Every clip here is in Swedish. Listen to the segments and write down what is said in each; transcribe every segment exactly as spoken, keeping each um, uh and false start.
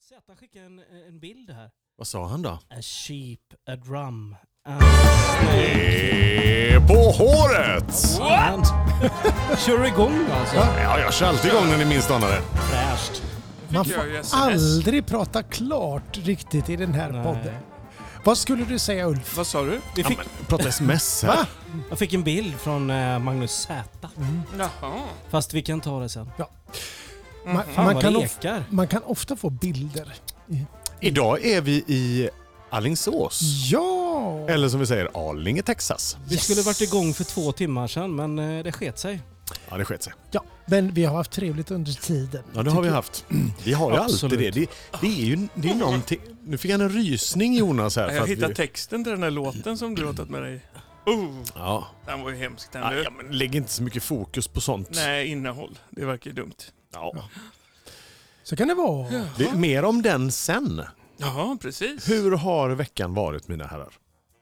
Zäta skickade en, en bild här. Vad sa han då? A sheep, a drum, a snake. På håret! What? Kör igång alltså. Ja, jag kör alltid igång när ni minst anar det. Fräscht. Man får aldrig prata klart riktigt i den här Nej. podden. Vad skulle du säga, Ulf? Vad sa du? Vi fick, Ja, men, prata sms här. Va? jag fick en bild från eh, Magnus Zäta. Mm. Jaha. Fast vi kan ta det sen. Ja. Mm. Man, Fan man, vad kan of, lekar. man kan ofta få bilder. Idag är vi i Alingsås. Ja! Eller som vi säger, Arlinge, Texas. Vi skulle varit igång för två timmar sedan, men eh, det sket sig. Ja, det sket sig. Ja, men vi har haft trevligt under tiden. Ja, det har vi haft. Vi har ju Absolut. alltid det. Det, det är ju det är någonting. Nu fick jag en rysning, Jonas, här. Jag för att hittade vi... texten till den här låten som du har tagit med dig. Oh, Ja. den var ju hemsk. Den Ja, du. ja, men lägg inte så mycket fokus på sånt. Nej, innehåll. Det verkar ju dumt. Ja. Så kan det vara. Det är mer om den sen. Ja, precis. Hur har veckan varit, mina herrar?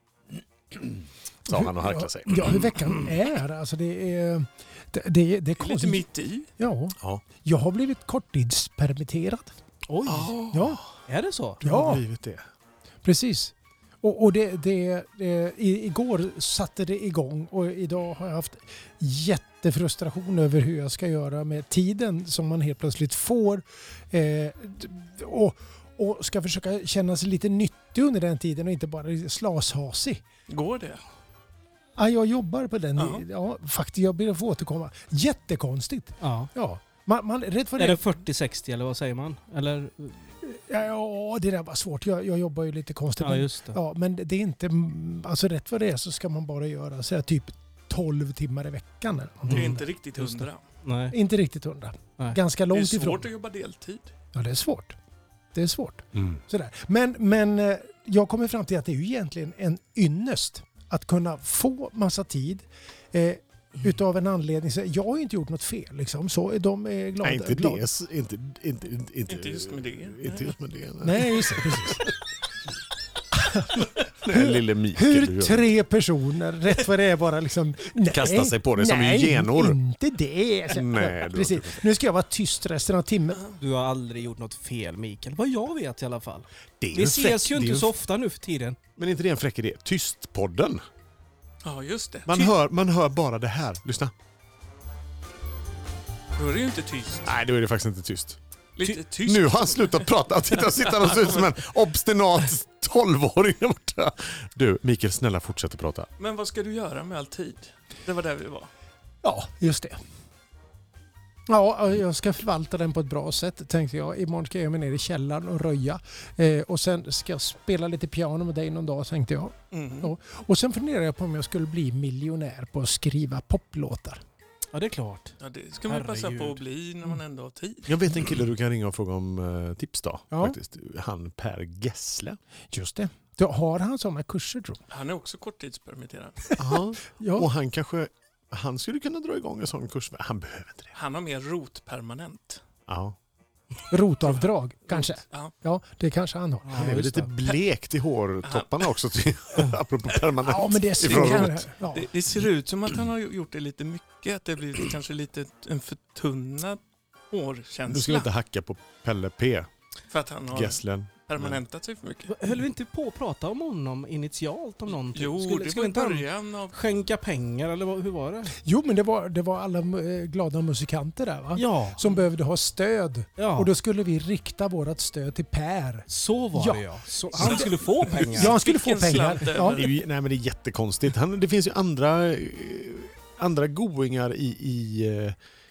Sa han och harklade sig. Ja, hur veckan är. Alltså det är... Det, det, det är Lite konstigt. mitt i. Ja. Ja. Jag har blivit korttidspermitterad. Oj, Ja, är det så? Det har ja blivit det. precis. Och, och det, det, det, i, igår satte det igång och idag har jag haft jättefrustration över hur jag ska göra med tiden som man helt plötsligt får. Eh, och, och ska försöka känna sig lite nyttig under den tiden och inte bara slashasig. Går det? Ja, jag jobbar på den. Ja. Ja, faktiskt, jag ber att få återkomma. Jättekonstigt. Ja. Ja. Man, man, rätt för Är det. det fyrtio sextio eller vad säger man? Eller? Ja, ja, det där var svårt. Jag, jag jobbar ju lite konstigt. Ja, men, just det. ja, men det är inte... Alltså rätt för det är så ska man bara göra så här, typ tolv timmar i veckan. Eller Det är någonting. inte riktigt Just det. hundra. Nej. Inte riktigt hundra. Nej. Ganska Det är långt svårt ifrån. att jobba deltid. Ja, det är svårt. Det är svårt. Mm. Sådär. Men, men eh, jag kommer fram till att det är ju egentligen en ynnest att kunna få massa tid eh, utav en anledning. Så jag har ju inte gjort något fel. Liksom. Så de är glada. Nej, inte glada. det. Inte, inte, inte, Inte just med det. Inte just med det. Nej, just det. Precis. Nej, lille Mikael. Hur tre personer, rätt vad det är, bara liksom... Nej, Kastar sig på det som nej, genor. inte det. Så, Nej, du precis. Nu ska jag vara tyst resten av timmen. Du har aldrig gjort något fel, Mikael. Vad jag vet i alla fall. Det är Vi en ses fräck- ju det är inte en- så ofta nu för tiden. Men inte det är en fräck idé? Tystpodden. Ja, just det. Man hör, man hör bara det här. Lyssna. Då är det ju inte tyst. Nej, då är det faktiskt inte tyst. Lite tyst. Nu har han slutat prata. Titta, sitter och ser ut som en obstinat tolvåring där borta. Du, Mikael, snälla fortsätt att prata. Men vad ska du göra med all tid? Det var där vi var. Ja, just det. Ja, jag ska förvalta den på ett bra sätt, tänkte jag. Imorgon ska jag ge mig ner i källaren och röja. Eh, och sen ska jag spela lite piano med dig någon dag, tänkte jag. Mm. Ja. Och sen funderar jag på om jag skulle bli miljonär på att skriva poplåtar. Ja, det är klart. Ja, det ska man passa Herregud. på att bli när man ändå har tid. Jag vet en kille du kan ringa och fråga om uh, tips då. Ja. Faktiskt. Han Per Gessle. Just det. Då har han sådana kurser, tror jag. Han är också korttidspermitterad. Ja. Ja. Och han kanske... Han skulle kunna dra igång en sån kurs. Han behöver inte det. Han har mer rotpermanent. Ja. Rotavdrag, kanske. Ja. Ja, det kanske han har. Ja, Han är väl just lite det. blekt i hårtopparna också. Till, apropå permanent. Ja, men det Ifrån kan, rot. ja. Det, det ser ut som att han har gjort det lite mycket. Att det blir kanske lite en förtunnad hårkänsla. Du skulle inte hacka på Pelle P. För att han har Gesslen. permanentat sig för mycket. Höll vi inte på att prata om honom initialt om någonting? Jo, skulle, det skulle var inte han början av... skänka pengar eller vad, hur var det? Jo, men det var, det var alla eh, glada musikanter där, va? Ja, Som behövde ha stöd. ja. Och då skulle vi rikta vårt stöd till Per. så var Ja. det ja. Så, han skulle få pengar. Ja, han skulle få Vilken pengar. slant Ja. Det är ju, nej, men det är jättekonstigt. Han, det finns ju andra, eh, andra goingar i... i eh,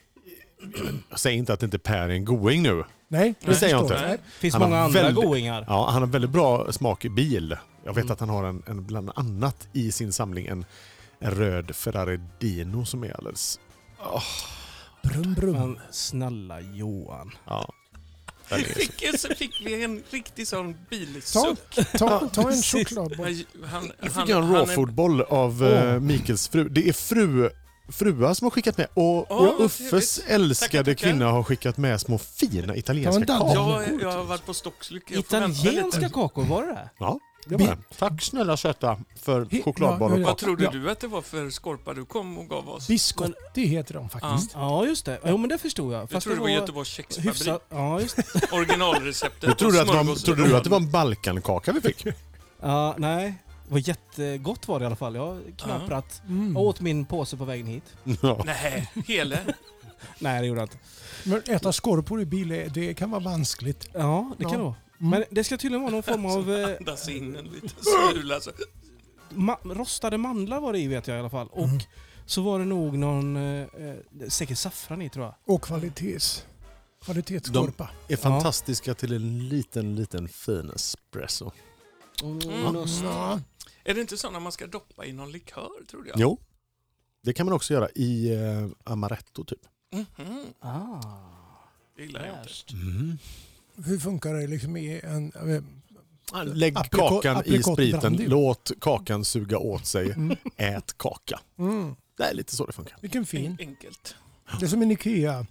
jag säger inte att inte Per är en going nu. Nej, Det säger jag förstår inte. Nej. finns Han har många andra väldigt- goingar. Ja, han har väldigt bra smak i bil. Jag vet Mm. att han har en, en bland annat i sin samling en, en röd Ferrari Dino som är alldeles... Oh, Brum, brum. Men snälla Johan. ja. Den är så. Fick, så fick vi en riktig sån Ta, bilsuck. ta, ta en precis. chokladboll. Han, Jag fick han, jag en han är- rawfoodboll av Åh. uh, Mikels fru. Det är fru, fruar som har skickat med. Och, Åh, och vad Uffes trevligt. älskade Tackar, tackar. kvinna har skickat med små fina italienska Ta en dans. kakor. Jag, jag har varit på Stockslyck. Jag får vänta Italienska lite. kakor, var det det? Ja. Det var det. Tack snälla söta för He- chokladboll ja, och ja, Vad kaka. trodde Ja. du att det var för skorpa du kom och gav oss? Biscotti heter de faktiskt. Ja, just det. Jo, men det förstod jag. Jag Fast trodde det var var Göteborgs kexfabrik. hyfsat... Ja, just det. Originalreceptet. Du trodde, att det var, smörgås- trodde du att det var en Balkankaka vi fick? Ja, nej. Det var jättegott var det i alla fall. Jag har knaprat. Mm. Jag åt min påse på vägen hit. Ja. Nej, hela. Nej, det gjorde jag inte. Men äta skorpor i bil, är- det kan vara vanskligt. Ja, det kan Ja. det vara. Mm. Men det ska tydligen vara någon form av... Eh, Andas in en liten smula. Så. ma- rostade mandlar var det i, vet jag i alla fall. Och Mm. så var det nog någon... Eh, eh, säkert saffran i, tror jag. Och kvalitets. Kvalitetsskorpa. Är fantastiska till en liten, liten fin espresso. Mm. just det. Ja. Är det inte så när man ska doppa i någon likör, tror jag? Jo, det kan man också göra i eh, amaretto typ. Mhm. Ah. Det gillar jag inte. Värst. Mm. Hur funkar det liksom i en... eh, Lägg Aprikot- kakan i aprikotbrandy. spriten, låt kakan suga åt sig, Mm. ät kaka. Mm. Det är lite så det funkar. Vilken fin. En- Enkelt. Det är som en Ikea.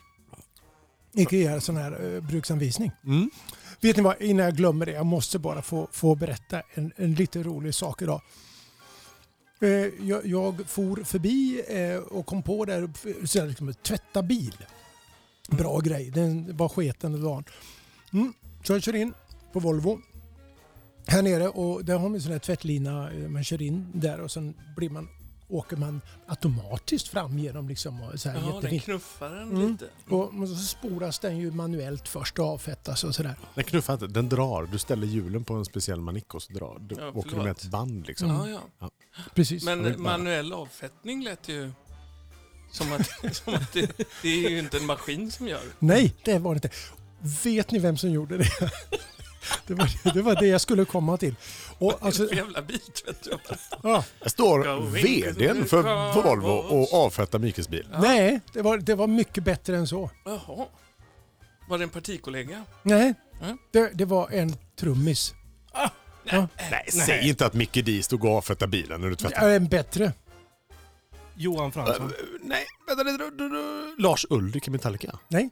Ikea sån här eh, bruksanvisning. Mm. Vet ni vad, innan jag glömmer det, jag måste bara få, få berätta en, en lite rolig sak idag. Eh, jag, jag for förbi eh, och kom på där, så här, liksom, tvätta bil. Bra grej, den var sketen den dagen. Mm. Så jag kör in på Volvo här nere och där har man en sån här tvättlina, eh, man kör in där och sen blir man, åker man automatiskt fram genom liksom, och så här, Ja, den jättefint. knuffar en Mm. lite. Och och så spolas den ju manuellt först och avfettas och sådär. Den knuffar inte, den drar. Du ställer hjulen på en speciell manick och så drar. Du Ja, åker du förlåt. med ett band liksom. Mm. Ja, ja. Precis. Jag vill Men bara- manuell avfettning lät ju som att, som att det, det är ju inte en maskin som gör. Nej, det var det inte. Vet ni vem som gjorde det? Det var det, var det jag skulle komma till. Och alltså, För jävla biltvätt. ja, Jag står Going vdn to the för, för car Volvo och avfettar Mikes bil. Ja. nej, det var, det var mycket bättre än så. Jaha. Var det en partikollega? Nej, Mm. det, det var en trummis. Nej, Nej. säg inte att Micke Di stod och avfettade bilen när du Det tvättar. är en bättre. Johan Fransson. Äh, nej, vänta lite. du- du- du- Lars Ulrik i Metallica. Nej.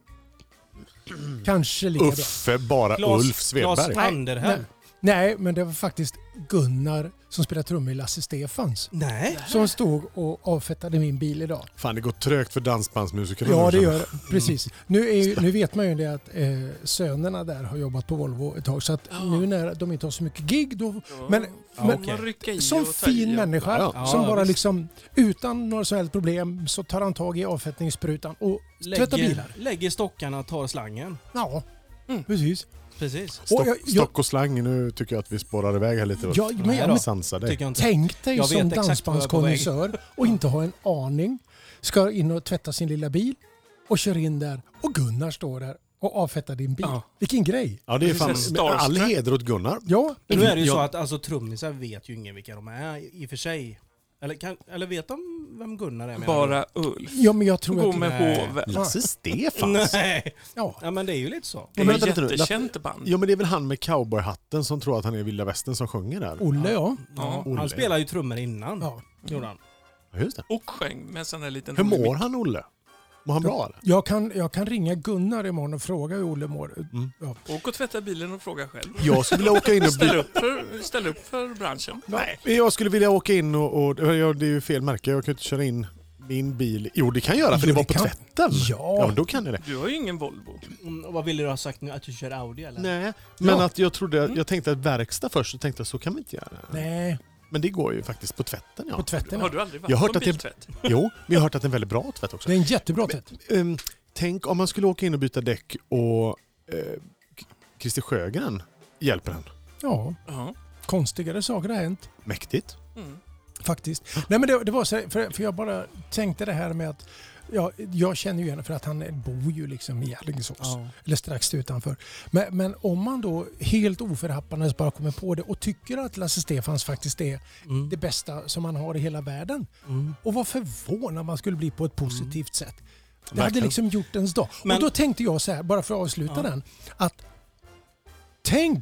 Kanske lika bra. Uffe, bara Klas- Ulf Svedberg. Klas Nej, Anderhem. Nej, men det var faktiskt Gunnar som spelade trummor i Lasse Stefans. Nej. Som stod och avfettade min bil idag. Fan, det går trögt för dansbandsmusiker. Ja, det gör det. Precis. Nu, är, ju- nu vet man ju det att eh, sönerna där har jobbat på Volvo ett tag. Så att Ja. nu när de inte har så mycket gig, då, Ja, Men- får men- man rycka i som och ta i fin och- människa Ja, ja. som Ja, bara visst. liksom utan några som helst problem så tar han tag i avfettningssprutan och tvättar Lägger, bilar. lägger stockarna, tar slangen. Ja, Mm. precis. Precis. Och Stock, jag- jag- stock och slang, nu tycker jag att vi spårar iväg här lite. Ja, men, Nej ja, då. men Sansa dig. Tycker jag inte. tänk dig Jag vet som exakt vad jag är på dansbandskonnässör och inte ha en aning. Ska in och tvätta sin lilla bil och kör in där och Gunnar står där och avfettar din bil. Ja. Vilken grej! Ja, det är Det är fan så starstruck. all heder åt Gunnar. Ja, Men nu är det ju Ja. så att alltså, trummisar vet ju ingen vilka de är i och för sig. Eller, kan, eller vet de vem Gunnar är? menar Bara Ulf. ja men jag tror Gå att... med Nej. hoven. Lasse du? Stefans. Nej. Ja, Ja, men det är ju lite så. Det Men är vänta ett lite nu. jättekänt band. Ja, men det är väl han med cowboyhatten som tror att han är vilda västern som sjunger där. Olle ja. Ja, Olle. han spelar ju trummor innan. ja. Gjorde han. Ja, just det. Och sjöng med sån här liten... Hur mår han, Olle? Mår han bra eller? Jag kan, jag kan ringa Gunnar imorgon och fråga hur Olle mår. Mm. Ja. Åk och tvätta bilen och fråga själv. Jag skulle vilja åka in och Ställ byta... upp för, ställ upp för branschen. Nej, jag skulle vilja åka in och... och ja, det är ju fel märke. Jag kan inte köra in min bil. Jo, det kan jag göra för Jo, det var det på kan- tvätten. Ja. Ja, då kan jag det. Du har ju ingen Volvo. Mm, och vad ville du ha sagt nu? Att du kör Audi eller? Nej, men Ja. att jag trodde... Mm. Jag tänkte att verkstad först, så tänkte jag så kan vi inte göra. Nej, Men det går ju faktiskt på tvätten, ja. på tvätten. Har Ja. du aldrig varit Jag har hört på att det- biltvätt? Jo, men jag har hört att det är en väldigt bra tvätt också. Det är en jättebra tvätt. Um, tänk om man skulle åka in och byta däck och uh, Christer Sjögren hjälper en. Ja, Ja. konstigare saker har hänt. Mäktigt. Mm. Faktiskt. Nej men det, det var så för, för jag bara tänkte det här med att ja, jag känner ju henne för att han bor ju liksom i Alingsås. Ja. Eller strax utanför. Men, men om man då helt oförhappandes bara kommer på det och tycker att Lasse Stefans faktiskt är Mm. det bästa som man har i hela världen. Mm. Och vad förvånad man skulle bli på ett positivt sätt. Det hade Verkligen. liksom gjort ens dag. Men- och då tänkte jag så här, bara för att avsluta Ja. den, att tänk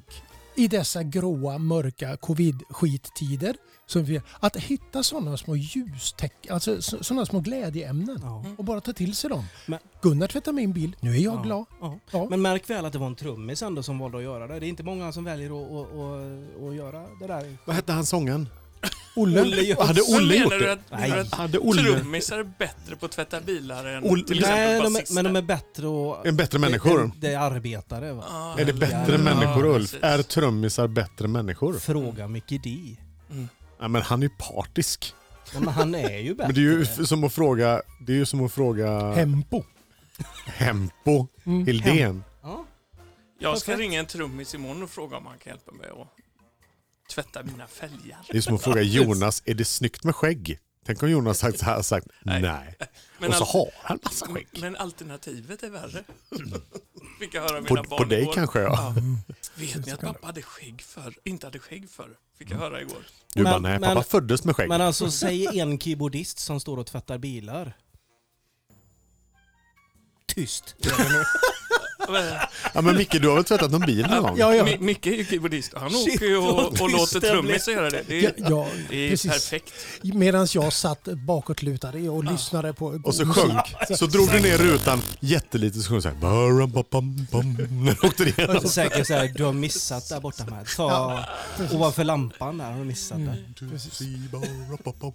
i dessa gråa, mörka covid-skittider. Som vi, att hitta sådana små ljusteck, alltså sådana små glädjeämnen Ja. och bara ta till sig dem. Men- Gunnar tvättar min bil, nu är jag Ja. glad. Ja. Ja. Men märk väl att det var en trummis ändå som valde att göra det. Det är inte många som väljer att, att, att, att göra det där. Vad hette han sången? Olle, Olle Jönsson. Hade Olle Men gjort menar du det? att, Nej. menar du att Hade Olle trummisar är bättre på att tvätta bilar än Olle- till exempel Nej, de är, basister? men de är bättre och... en bättre människor? Det, det är arbetare va? Ah, Är det bättre Ja, människor, Ulf? precis. Är trummisar bättre människor? Fråga Mickey D. Mm. Ja, men han är ju partisk. Nej, men han är ju bättre. Men det är ju f- som att fråga, det är ju som att fråga Hempo. Hempo Mm. Hildén. Ja. Jag ska Perfekt. ringa en trummis imorgon och fråga om han kan hjälpa mig att tvätta mina fälgar. Det är som att fråga Jonas, är det snyggt med skägg? Tänk om Jonas hade sagt, sagt nej. Nej. Men, Och så al- har han massa skägg. men alternativet är värre. Fick jag höra På, mina barn på dig igår. kanske ja. Ja. Vet ni att pappa hade skägg för? Inte hade skägg för? Fick jag höra igår. Du Men- bara, nej pappa men- föddes med skägg. Men alltså, säg en keyboardist som står och tvättar bilar. Tyst. Ja men Micke, du har väl tvättat någon bil någon gång? Ja, ja. Mi- Micke är ju keyboardist. Han Shit, åker ju och, vad och tyst låter det trummisar göra det. Det är, Ja, ja, det är precis. perfekt. Medan jag satt bakåtlutad och lyssnade på Och så god sjöng, musik. så drog du ner rutan jättelite så sjöng så här. Bara-bam-bam-bam, när du åkte igenom. Och säkert så här, du har missat där borta med. Ta ovanför lampan där har du missat Mm. Bara-bam-bam-bam.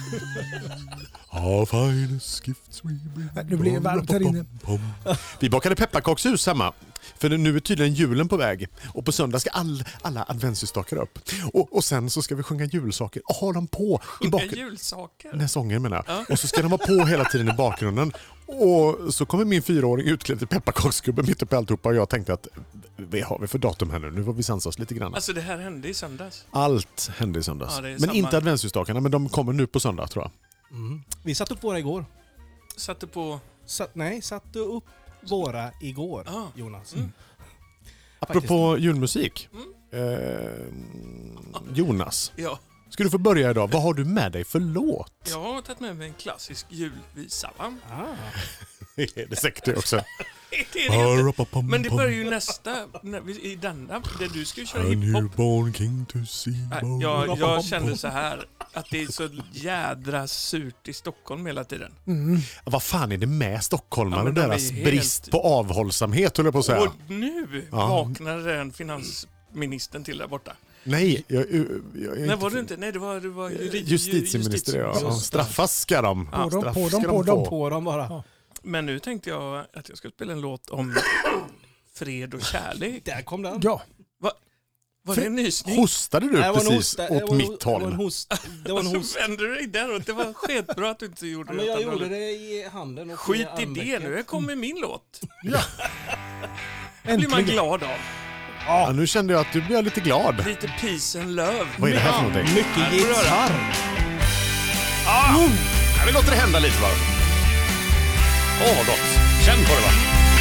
Our finest gifts we bring. Nu blir det varmt här inne. Vi bakade pepparkakshus hemma. För nu är tydligen julen på väg. Och på söndag ska all, alla adventsljusstakar upp. Och, och sen så ska vi sjunga julsaker. Och ha dem på i Sjunga bakgrunden. julsaker. Den här sången menar jag. Ja. Och så ska de vara på hela tiden i bakgrunden. Och så kommer min fyraåring utklädd till pepparkaksgubbe mitt uppe i alltihopa. Och jag tänkte att, vad har vi för datum här nu? Nu får vi sansa oss lite grann. Alltså det här hände i söndags. Allt hände i söndags. Ja, det är men samma. inte adventsljusstakarna, men de kommer nu på söndag tror jag. Mm. Vi satte upp våra igår. Satte på... Satt, nej, satte upp våra igår, Ah. Jonas. Mm. Apropå julmusik. Mm. Eh, Jonas, Ja, ska du få börja idag. Vad har du med dig för låt? jag har tagit med mig en klassisk julvisa, va? Ah. Det är det säkert det också. Det är det inte. Men det börjar ju nästa, när vi- i denna, där du ska ju köra A hiphop. newborn king to see. Nej, jag, jag kände så här att det är så jädra surt i Stockholm hela tiden. Mm. Vad fan är det med stockholmarna? Ja, men de är Deras helt- brist på avhållsamhet, höll jag på att säga. Och nu Ja. vaknade den finansministern till där borta. Nej, jag, jag, jag är Nej, var du inte? Nej, det var, det var juri- Justitieminister, ja. justitie- Ja. Straffas ska de. På dem, Straff på dem, ska på de dem. få. På dem bara. Ja. Men nu tänkte jag att jag skulle spela en låt om fred och kärlek. Där kom den. Ja, Var det en nysning? Hostade du Nej, det var en precis host- det åt var- mitt Det var en håll? host. Det var en Så host. vände du dig däråt. Det var skitbra att du inte gjorde Ja, det. men jag utan gjorde hållet. det i handen. Och Skit i armvecket. det nu. Här kommer min låt. Det blir man äntligen. glad av. Ja, nu kände jag att du blev lite glad. Lite peace and love. Vad är det här för någonting? Mycket Här får du höra. gitarr. Ah! Ja, vi låter det hända lite va? Åh, vad gott. Känn på det va?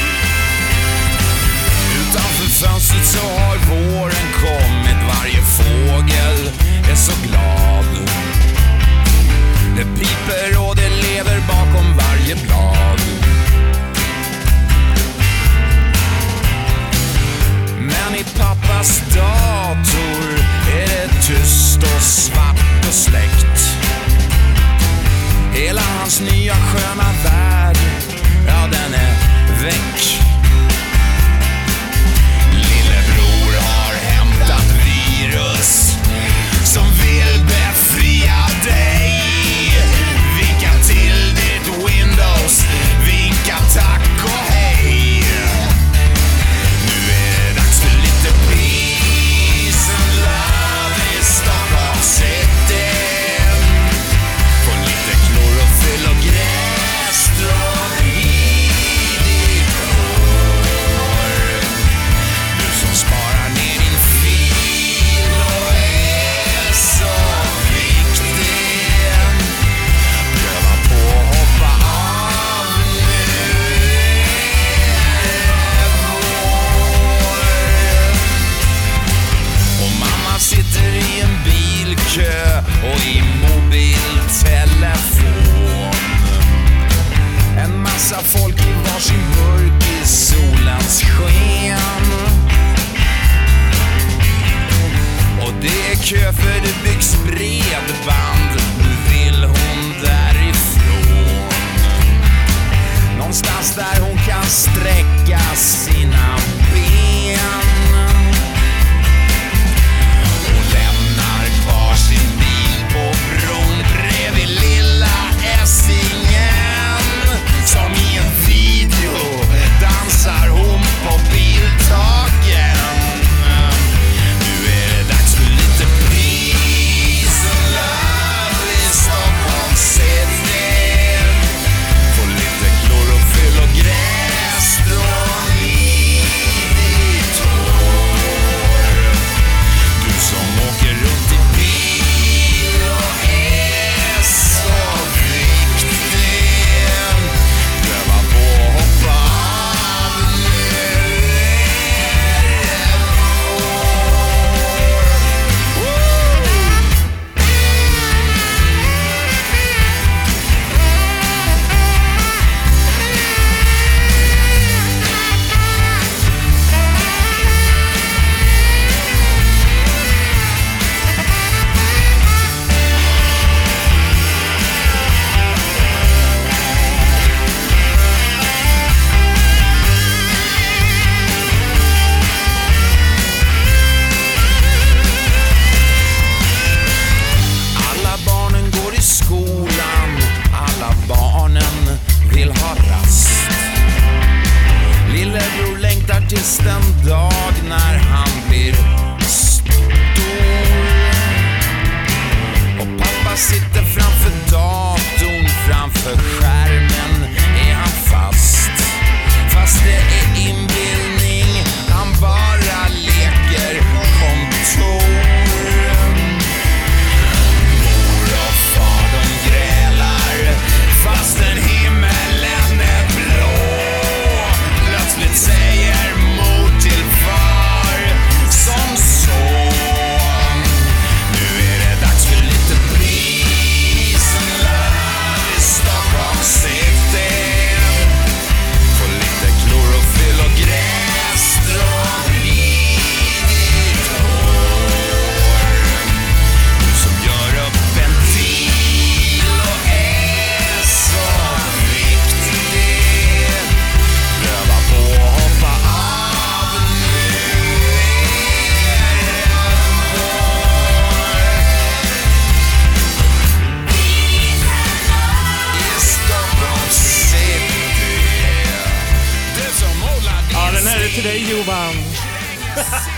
Utanför fönstret så har våren kommit. Varje fågel är så glad. Det piper och det lever bakom varje blad. Men i pappas dator är det tyst och svart och släckt. Hela hans nya sköna värld, ja den är väck. Lillebror har hämtat virus som vill befria dig. Vinka till ditt Windows, vinka tack och hej. Nu är det dags för lite peace and love i Stockholm City. Få lite klorofyll och gräs.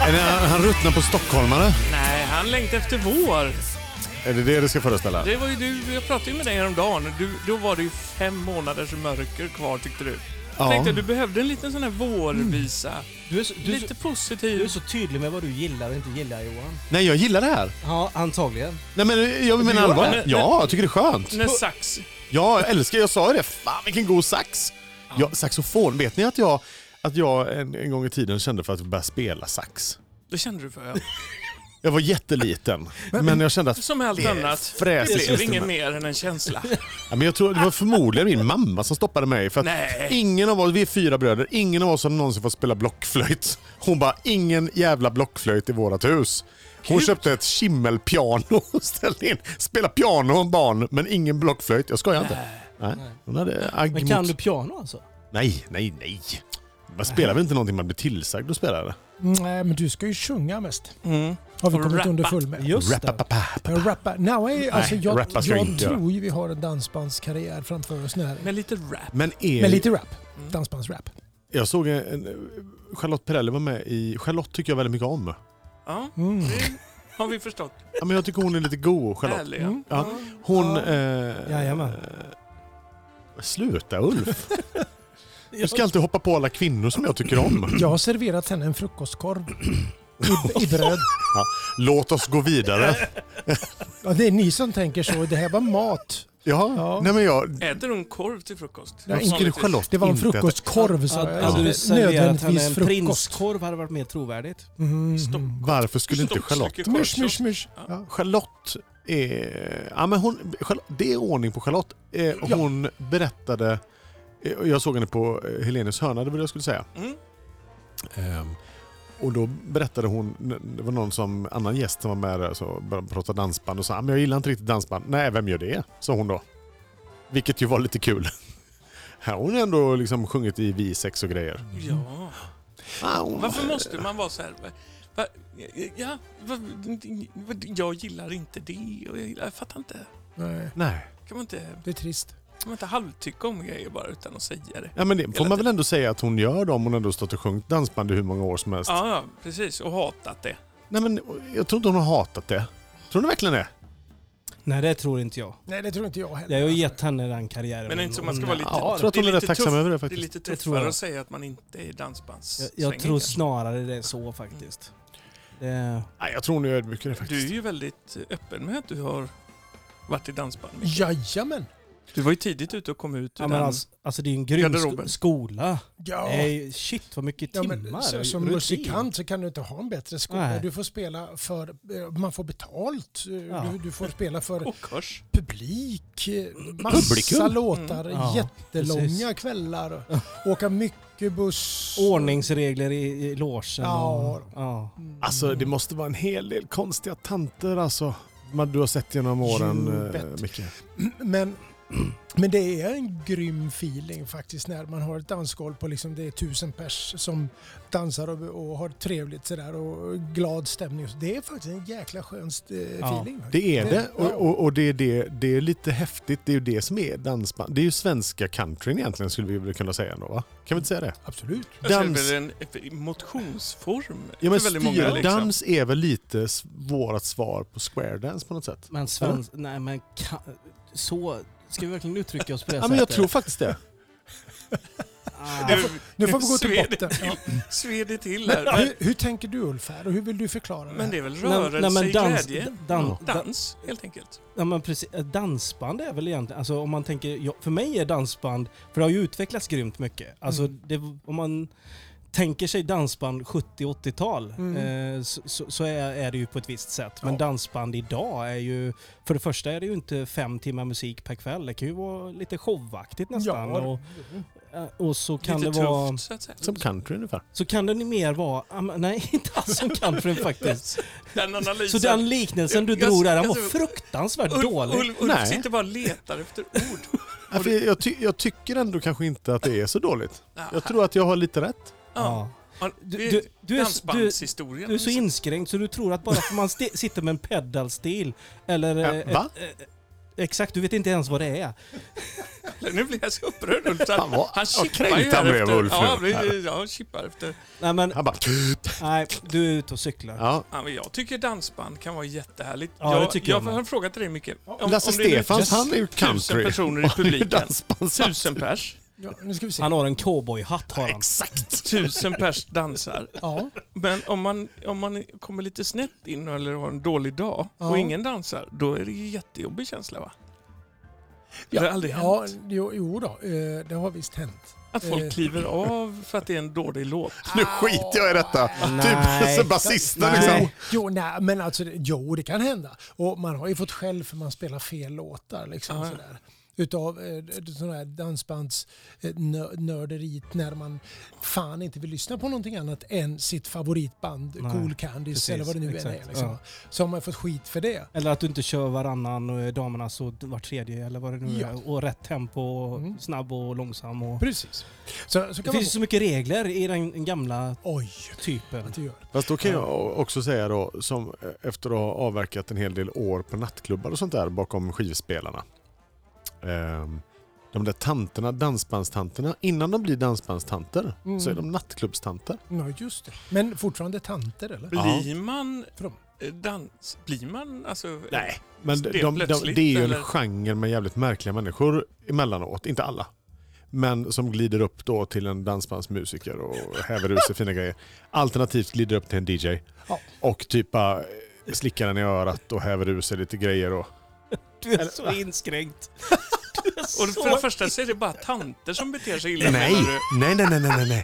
Är det, han ruttnar på stockholmare? Nej, han längtar efter vår. Är det det det ska föreställa? Det var ju du, jag pratade ju med dig häromdagen. Du, då var det ju fem månaders mörker kvar tyckte du. Jag Ja. tänkte att du behövde en liten sån här vårvisa. Du är, så, du, är Lite så, positiv. du är så tydlig med vad du gillar och inte gillar, Johan. Nej, jag gillar det här. Ja, antagligen. Nej, men jag menar gör allvar. det? Ja, jag tycker det är skönt. När sax. Ja, jag älskar, jag sa ju det. Fan, vilken god sax. Ja, saxofon. Vet ni att jag, att jag en, en gång i tiden kände för att börja spela sax? Det kände du för, ja. Jag var jätteliten, men jag kände att Som allt det är annat. fräsigt Det blev inget instrument. mer än en känsla. Ja, men jag tror det var förmodligen min mamma som stoppade mig. För att Nej. ingen av oss, vi är fyra bröder, ingen av oss har någonsin fått spela blockflöjt. Hon bara, ingen jävla blockflöjt i vårat hus. Hon Gud. köpte ett skimmelpiano och ställde in. Spela piano om barn, men ingen blockflöjt. Jag skojar inte. Nej. Hon hade agg Men kan mot... du piano alltså? Nej, nej, nej. Man spelar väl inte någonting man blir tillsagd att spela det? Nej, men du ska ju sjunga mest. Mm. Har vi Och kommit rappa. underfull med. Just det. Rappa-pappa. Jag rappar. Nej, alltså jag, rappa ska jag jag inte göra. tror ju vi har en dansbandskarriär framför oss när. Med lite rap. Men är... Med lite rap. Mm. Dansbandsrap. Jag såg en, en... Charlotte Perrelli var med i... Charlotte tycker jag väldigt mycket om. Ja, Mm. det har vi förstått. Ja, men jag tycker hon är lite god, Charlotte. Härlig. Mm. Ja. Hon... Ja. Eh, Jajamän. eh, sluta, Ulf. Du ska alltid hoppa på alla kvinnor som jag tycker om. Jag har serverat henne en frukostkorv. I, I bröd. Ja, låt oss gå vidare. Ja, det är ni som tänker så. Det här var mat. Ja, Ja. nej men jag... Äter hon korv till frukost? Jag Jag tycker Charlotte Det var en inte äter- frukostkorv, sa jag. Hade du Inte serverat henne nödvändigtvis en frukost. prinskorv hade varit mer trovärdigt. Mm. Stopp. Varför skulle inte Stort Charlotte... stycke Mysch, korv. mysch, mysch. Ja, Charlotte är... Ja, men hon, Charlotte, det är ordning på Charlotte. Eh, Ja. hon berättade... eh, Jag såg henne på eh, Helenius hörna, det var det jag skulle säga. Mm. Ehm, och då berättade hon, det var någon som, annan gäst som var med där, så började prata dansband och sa, men jag gillar inte riktigt dansband. Nej, vem gör det? Sa hon då. Vilket ju var lite kul. Här har hon ändå liksom sjungit i visex och grejer. Ja. Ah, hon, Varför måste man vara så här? Va, va, ja, va, jag gillar inte det. Och jag, gillar, jag fattar inte. Nej, Nej. Kan man inte, det är trist. kan man inte halvtycka om grejer bara utan att säga det? Ja, men det får Hela man väl ändå säga att hon gör då, om hon ändå stått och sjungit dansband i hur många år som helst. Ja, ja, precis. Och hatat det. Nej, men jag tror inte hon har hatat det. Tror du verkligen det? Nej, det tror inte jag. Nej, det tror inte jag heller. Jag har ju gett henne den karriären. Men det är inte så man ska hon- vara lite... Ja, jag tror att det är hon är rätt lite tacksam tuff- över det Det är faktiskt. lite tror tuffare jag. att säga att man inte är dansbands. Jag, jag tror snarare det är så faktiskt. Det, Nej, jag tror hon är ödmjuk i det Du är faktiskt. ju väldigt öppen med att du har varit i dansband. Jajamän. Du var ju tidigt ute och kom ut ur ja, men den. alltså, alltså det är ju en grym garderoben. sko- skola. Ja. Nej, shit vad mycket Ja, timmar. men, så, och som rutin. musikant så kan du inte ha en bättre skola. Nej. Du får spela för... eh, Man får betalt. Eh, Ja. Du, du får spela för Och kors. publik. eh, Massa Publikum. låtar. Mm. Ja, Jättelånga precis. kvällar. Åka mycket buss. Ordningsregler i, i logen. Ja. Och, ja. Alltså, det måste vara en hel del konstiga tanter alltså. Man, du har sett genom åren, You eh, bet. Micke. Men, men det är en grym feeling faktiskt när man har ett dansgolv på liksom det är tusen pers som dansar och, och har trevligt sådär och glad stämning. Det är faktiskt en jäkla skön eh, feeling. Det är det, Ja. och, och, och det, är det, det är lite häftigt. Det är ju det som är dansband. Det är ju svenska countryn egentligen, skulle vi väl kunna säga ändå, va? Kan vi inte säga det? Absolut. Alltså, Dans- det är väl en en motionsform Ja, men för väldigt många. Liksom. styrdans är väl lite s- vårat svar på square dance på något sätt. Men svensk... Nej men ka, så... Ska vi verkligen uttrycka oss på det Ja, sättet? men jag tror faktiskt det. Ah, Nu, Nu får vi gå till sved botten. det Ja. till, sved det till här. Men, Hur, hur tänker du Ulf här och hur vill du förklara det men här? det är väl nej, rörelse, nej, men dans, glädje, dan, dan, dans helt enkelt. ja, men precis, dansband är väl egentligen, alltså om man tänker, ja, för mig är dansband, för det har ju utvecklats grymt mycket. Alltså Mm. det, om man tänker sig dansband sjuttio-åttiotal Mm. eh, så, så, så är, är det ju på ett visst sätt. Men Ja. dansband idag är ju, för det första är det ju inte fem timmar musik per kväll. Det kan ju vara lite showaktigt nästan. Ja, Och, eh, och så kan Lite det vara... tufft så att säga. Som country ungefär. Så kan den mer vara... ah, men nej, inte alls som country faktiskt. Den analysen. Så den liknelsen du Jag- drog där, den var alltså, fruktansvärt Ulf, dålig. Ulf, Ulf Nej. sitter bara och letar efter ord. Ja, för jag, ty- jag tycker ändå kanske inte att det är så dåligt. Jag tror att jag har lite rätt. Ja. Ja. Du, Du- du- du är- dansbandshistorien. Du är så inskränkt så du tror att bara för man sti- sitter med en pedalstil eller... Ja, eh, va? ett- eh, Exakt, du vet inte ens vad det är. Nu blir jag så upprörd. Ulf. Han var- Han vad chippar ju kränkt han här blev, efter. Ulf, Ja, nu. blir- ja, chippar efter. Nej, men Han bara... nej, du är ute och cyklar. Ja. Ja, men jag tycker dansband kan vara jättehärligt. Ja, det jag tycker jag jag med. har en fråga till dig, Micke. Om, Lasse om det är Stefans, han är ju country. Tusen personer i Och han är ju publiken. dansbandsakt. Tusen pers. Ja, nu ska vi se. Han har en cowboyhatt har han. Exakt. Tusen pers dansar. Ja. Men om man, om man kommer lite snett in eller har en dålig dag Ja. och ingen dansar, då är det en jättejobbig känsla, va? Ja, Det har aldrig ja, hänt. jo, jo då, eh, det har visst hänt. Att folk eh. kliver av för att det är en dålig låt. Nu skiter jag i detta. Nej. Typ basisten Nej. liksom. Jo, jo, nej, men alltså, det- jo, det kan hända. Och man har ju fått skäll för man spelar fel låtar. Liksom, Ja, ja. sådär. Utav eh, sån här dansbandsnörderit när man fan inte vill lyssna på någonting annat än sitt favoritband, Nej, Cool Candies precis, eller vad det nu än exakt, är. Liksom. ja. Så har man fått skit för det. Eller att du inte kör varannan och damernas och var tredje eller vad det nu Ja. är. Och rätt tempo, och Mm. snabb och långsam. Och... Precis. Så, så Det kan man finns få... så mycket regler i den gamla Oj, typen. att det gör. Fast då kan jag också säga då, som efter att ha avverkat en hel del år på nattklubbar och sånt där bakom skivspelarna. Ehm, de där tanterna, dansbandstanterna, innan de blir dansbandstanter Mm. så är de nattklubbstanter. Ja, just det. Men fortfarande tanter, eller? Blir man För dem. eh, dans... Blir man alltså... Nej, men de, Det är de, de, plötsligt, det är ju en eller? genre med jävligt märkliga människor emellanåt, inte alla. Men som glider upp då till en dansbandsmusiker och häver ur sig fina grejer. Alternativt glider upp till en D J. Ja. Och typ bara slickar den i örat och häver ur sig lite grejer. Och... Du är så inskränkt. Du är Och så... för det första så är det bara tanter som beter sig illa. Nej, menar du? nej, nej, nej, nej, nej, nej.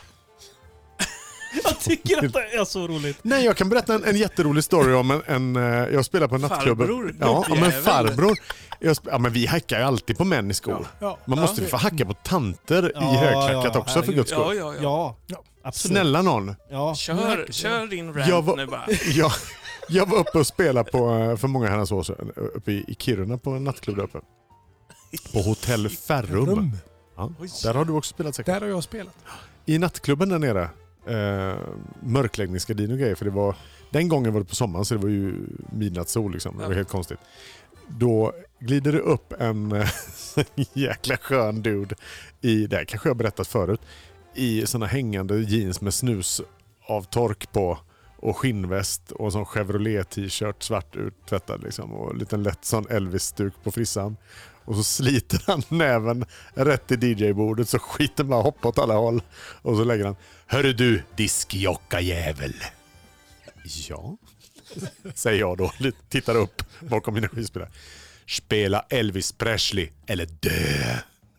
Jag tycker att det är så roligt. Nej, jag kan berätta en, en jätterolig story om en, en... eh, Jag spelar på en nattklubben. Farbror, Ja, om en gubbjävel. farbror. Jag sp- ja, men vi hackar ju alltid på män i skor. Ja. Man måste ju få hacka på tanter Ja, i högklackat ja, också för herregud. guds skull. Ja, ja, ja. Ja, Ja. absolut. Snälla någon. Ja. Kör, kör din rant Jag var- nu bara. Jag, jag var uppe och spelade på, eh, för många herrans år sedan, uppe i i Kiruna på en nattklubb där uppe. På Hotell Ferrum. Rum. Ja, Oj. där har du också spelat säkert. Där har jag spelat. I nattklubben där nere, eh, mörkläggningsgardin och grejer, för det var, den gången var det på sommaren så det var ju midnattssol liksom. Det var Ja. helt konstigt. Då glider det upp en, eh, en jäkla skön dude i, det här kanske jag har berättat förut, i såna hängande jeans med snusavtork på och skinnväst och en sån Chevrolet-t-shirt, svart uttvättad liksom, och en liten lätt sån Elvis-stuk på frissan. Och så sliter han näven rätt i D J-bordet så skiten bara hoppar åt alla håll. Och så lägger han: "Hörru du, diskjocka jävel." Ja, säger jag då. Lite- Tittar upp bakom mina skivspelare. "Spela Elvis Presley eller dö."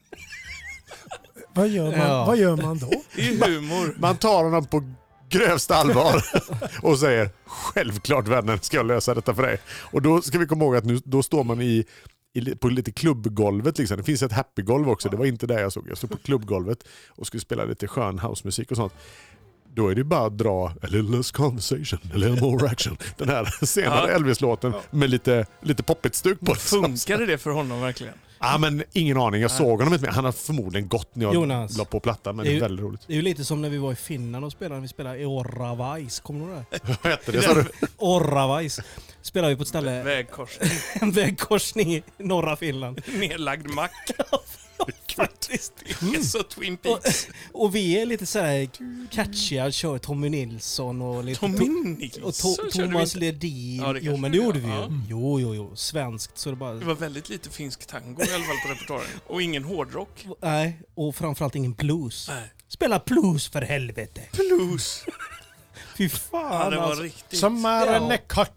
Vad gör man, Ja. vad gör man då? Det är ju humor. Man tar honom på grövsta allvar och säger: "Självklart vännen, ska jag lösa detta för dig." Och då ska vi komma ihåg att nu, då står man i, i, på lite klubbgolvet. Liksom. Det finns ett happy-golv också. Det var inte där jag såg. Jag stod på klubbgolvet och skulle spela lite skön housemusik och sånt. Då är det bara att dra a little less conversation, a little more action. Den här senare Ja. Elvis-låten med lite, lite poppigt stuk på. Funkade det för honom verkligen? Ja, men ingen aning. Jag såg honom inte mer. Han har förmodligen gått när jag Jonas. la på plattan, men Det det är är ju- väldigt roligt. Det är ju lite som när vi var i Finland och spelade. Vi spelade i Orravais. Kommer du ihåg det? Vad hette det, sa du? Orravais. Spelade vi på ett ställe, Vägkorsning. en vägkorsning i norra Finland. Nedlagd mack. Faktiskt. Det är så Twin Peaks. Och vi är lite så här catchiga, kör Tommy Nilsson och lite... Tommy och Nilsson to- körde vi Thomas inte. Ledin. Ja, det jo kanske men vi det gjorde vi gör. ju. Ja. Jo, jo, jo. Svenskt. Så det bara... Det var väldigt lite finsk tango i alla fall på repertoaren. Och ingen hårdrock. Nej, och framförallt ingen blues. Nej. Spela blues för helvete. Blues. Fy Ja, fan det var alltså. riktigt. Sommaren är kort.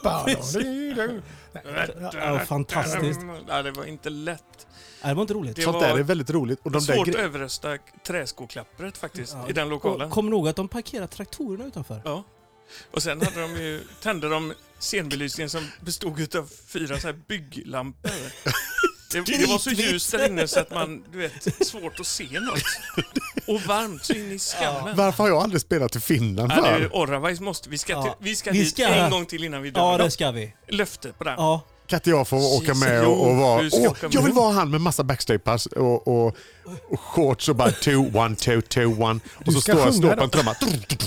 Ja, fantastiskt. Ja, det var inte lätt. Nej, det var inte roligt. Det Sånt var- där är väldigt roligt. Och de där Svårt gre- att överrösta träskoklappret faktiskt Ja. i den lokalen. Och kommer nog att de parkerar traktorerna utanför. Ja. Och sen hade de ju, tände de scenbelysningen som bestod av fyra så här bygglampor. Det, det var så ljust där inne så att man, du vet, svårt att se något. Och varmt så in i skammen. Varför har jag aldrig spelat i Finland Ja, det för? är Orravais måste. Vi ska, Ja. till, vi ska Vi dit ska- en gång till innan vi dör. Ja, det ska vi. Löfte på den. Ja. Kan inte jag få åka Jesus, med och, och vara... du ska Åh, åka med. jag vill vara han med massa backstagepass och, och, och shorts och bara two, one, two, two, one. Och så ska står jag sjunga står på då. en trumma.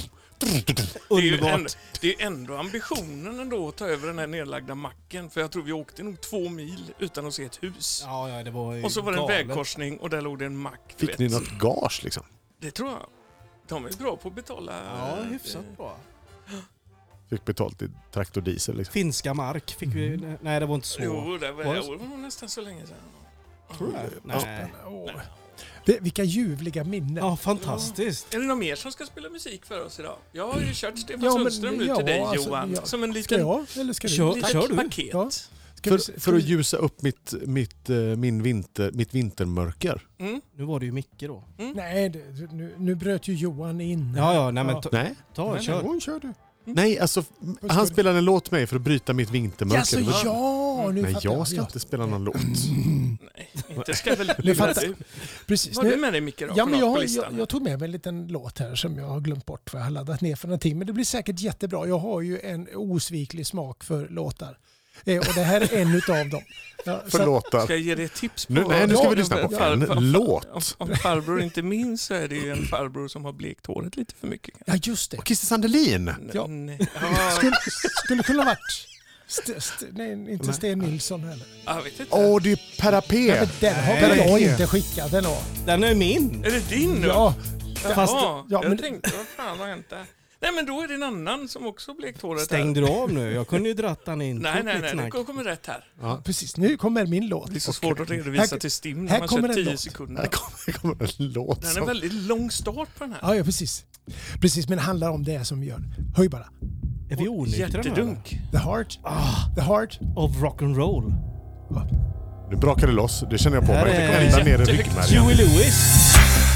Det är ju ändå, Underbart. det är ändå ambitionen ändå att ta över den här nedlagda macken. För jag tror vi åkte nog två mil utan att se ett hus. Ja, ja, det var ju Och så var det en galet. vägkorsning och där låg det en mack. du Fick vet. ni något gage liksom? Det tror jag. De är bra på att betala. Ja, hyfsat bra. Fick betalt i traktordiesel liksom. Finska mark fick vi... Nej, det var inte så. Jo, det var, Var det det så? var nog nästan så länge sedan. Tror du det? Nej. Åh. Vi- Vilka ljuvliga minnen. Ja, fantastiskt. Är det någon mer som ska spela musik för oss idag? Jag har ju kört Stefan Ja, men- Sundström nu ja, till dig alltså, Johan. ja. Som en Ska liten, jag? Eller ska du? Kör- litet kör du? paket. Ja. Ska vi se- För, ska för att vi- ljusa upp mitt, mitt, eh, min vinter, mitt vintermörker. Mm. Nu var det ju Micke då. Nej, det, nu, nu bröt ju Johan in. Ja, ja, nej men Ja. ta, Nej, ta Nej, kör. Hon kör du. Nej alltså ska han du- spelade en låt med mig för att bryta mitt vintermörker. Alltså, Det var- ja, nu Nej, fattar jag ska Ja. inte spela någon låt. Nej, inte ska väl Nu fattar- du. Precis. Vad har Nu, du med dig Micke då? ja, för men något jag, på har- listan? jag, jag tog med mig en liten låt här som jag har glömt bort vad jag har laddat ner för någonting. Men det blir säkert jättebra. Jag har ju en osviklig smak för låtar. Eh, och det här är en utav dem. Ja, så- För låtar. Ska jag ge dig ett tips på Nu, nej, nu ska Ja, vi lyssna på far- en far- låt. Om, om farbror inte minns så är det ju en farbror som har blekt håret lite för mycket. Ja, just det. Och Christer Sandelin. Ja. Nej. Ja, Skulle, skulle kunna varit... St, st, nej, inte Sten Nilsson heller. jag vet inte. Åh, det är Parapé. Ja, men den har Nej. väl jag inte skickat den då? Den är min. Är det din nu? Ja, Jaha, fast- ja, jag men- tänkte, vad fan har hänt där? Nej men då är det en annan som också blekt håret Stängde här. du av nu? Jag kunde ju dratt den in. Nej, nej, nej, Snack. det kommer rätt här. Ja. precis. Nu kommer min låt. Det är så svårt att redovisa Här- till Stim här när man kommer kör en tio låt. sekunder. Här kommer, här kommer en låt Den är som... väldigt lång start på den här. Ja, ja, precis. Precis, men det handlar om det som vi gör. Höj bara. Är vi onyktra nu? eller? Jättedunk. The Heart. Ah, The Heart. of rock'n'roll. Nu brakar det loss. Det känner jag på Här mig. Det är kommer ända ner i jättehögt. ryggmärgen. Huey Lewis.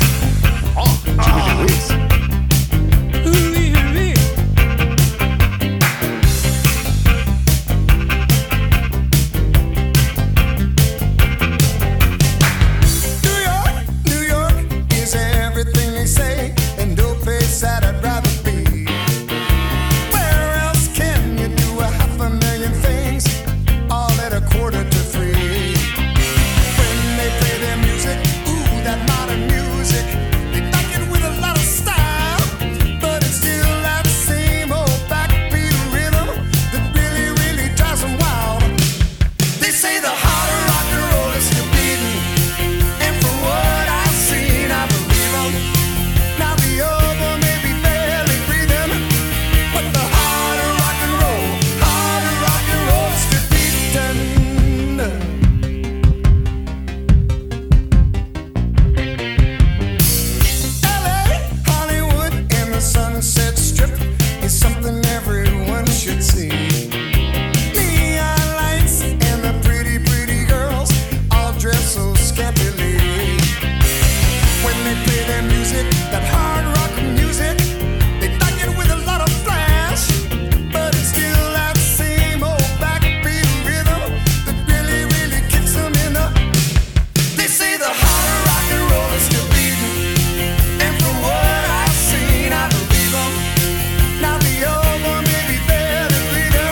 Jimmy Lewis. Hui, hui. New York, New York is everything they say, and no place that I'd rather be. Where else can you do a half a million things, all at a quarter to three? When they play their music, ooh, that modern music, they like it with a lot of style, but it's still that same old backbeat rhythm that really, really drives them wild. They say the heart of rock and roll is still beating. And from what I've seen, I believe 'em. Now the other may be barely breathing, but the heart of rock and roll, heart of rock and roll is still beating. L A, Hollywood, and the Sunset Strip is something everyone should see. Neon lights and the pretty, pretty girls all dress so scantily. When they play their music, that hard rock music, they like it with a lot of flash, but it's still that same old backbeat rhythm that really, really kicks them in the. They say the heart of rock and roll is still beating, and from what I've seen, I believe 'em. Now the other may be barely breathing.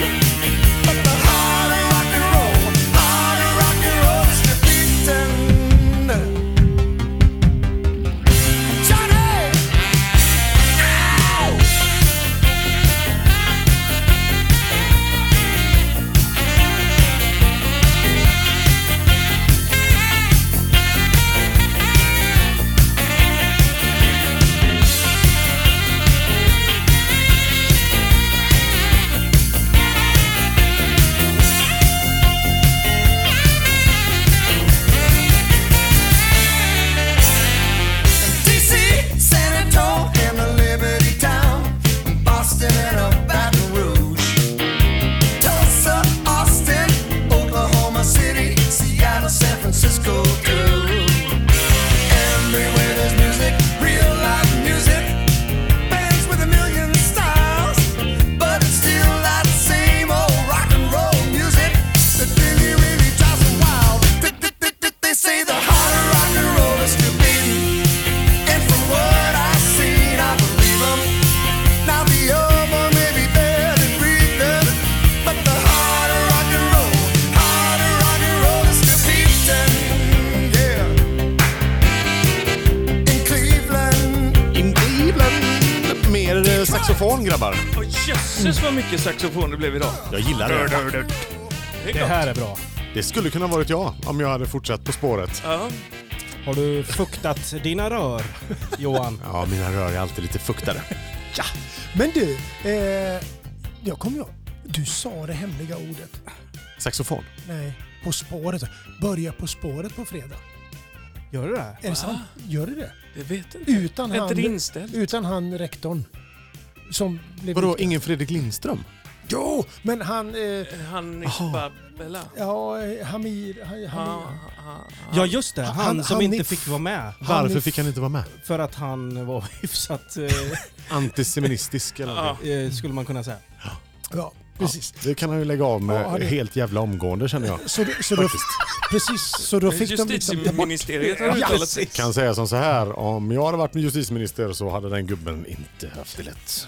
saxofon, grabbar. Åh, jösses vad mycket saxofon det blev idag. Jag gillar det. Det är Det klart. här är bra. Det skulle kunna varit jag om jag hade fortsatt På spåret. Ja. Har du fuktat dina rör, Johan? Ja, mina rör är alltid lite fuktade. Men du, eh, jag kommer ihåg. Du sa det hemliga ordet. Saxofon. Nej, På spåret. Börja På spåret på fredag. Gör du det? Är det sant? Gör det det? Det vet inte. Utan Är inte det han, inställt? utan han rektorn. Som blev Vadå, utkastad. ingen Fredrik Lindström? Jo, men han... Eh, Han Aha. Babbela. ja, eh, Han- Hamir... Ja, Hamir. ja, Ja, just det. Han, Han- som han inte är- fick vara med. Varför är- fick han inte vara med? För att han var hyfsat, eh, Antisemitistisk eller Ja. någonting. eh, skulle man kunna säga. Ja, precis. Det kan han ju lägga av med Ja, det- helt jävla omgående, känner jag. Så, så då, precis, så då fick de liksom... Justitieministeriet har uttalat sig. Kan säga som så här, om jag hade varit justitieminister så hade den gubben inte haft det lätt.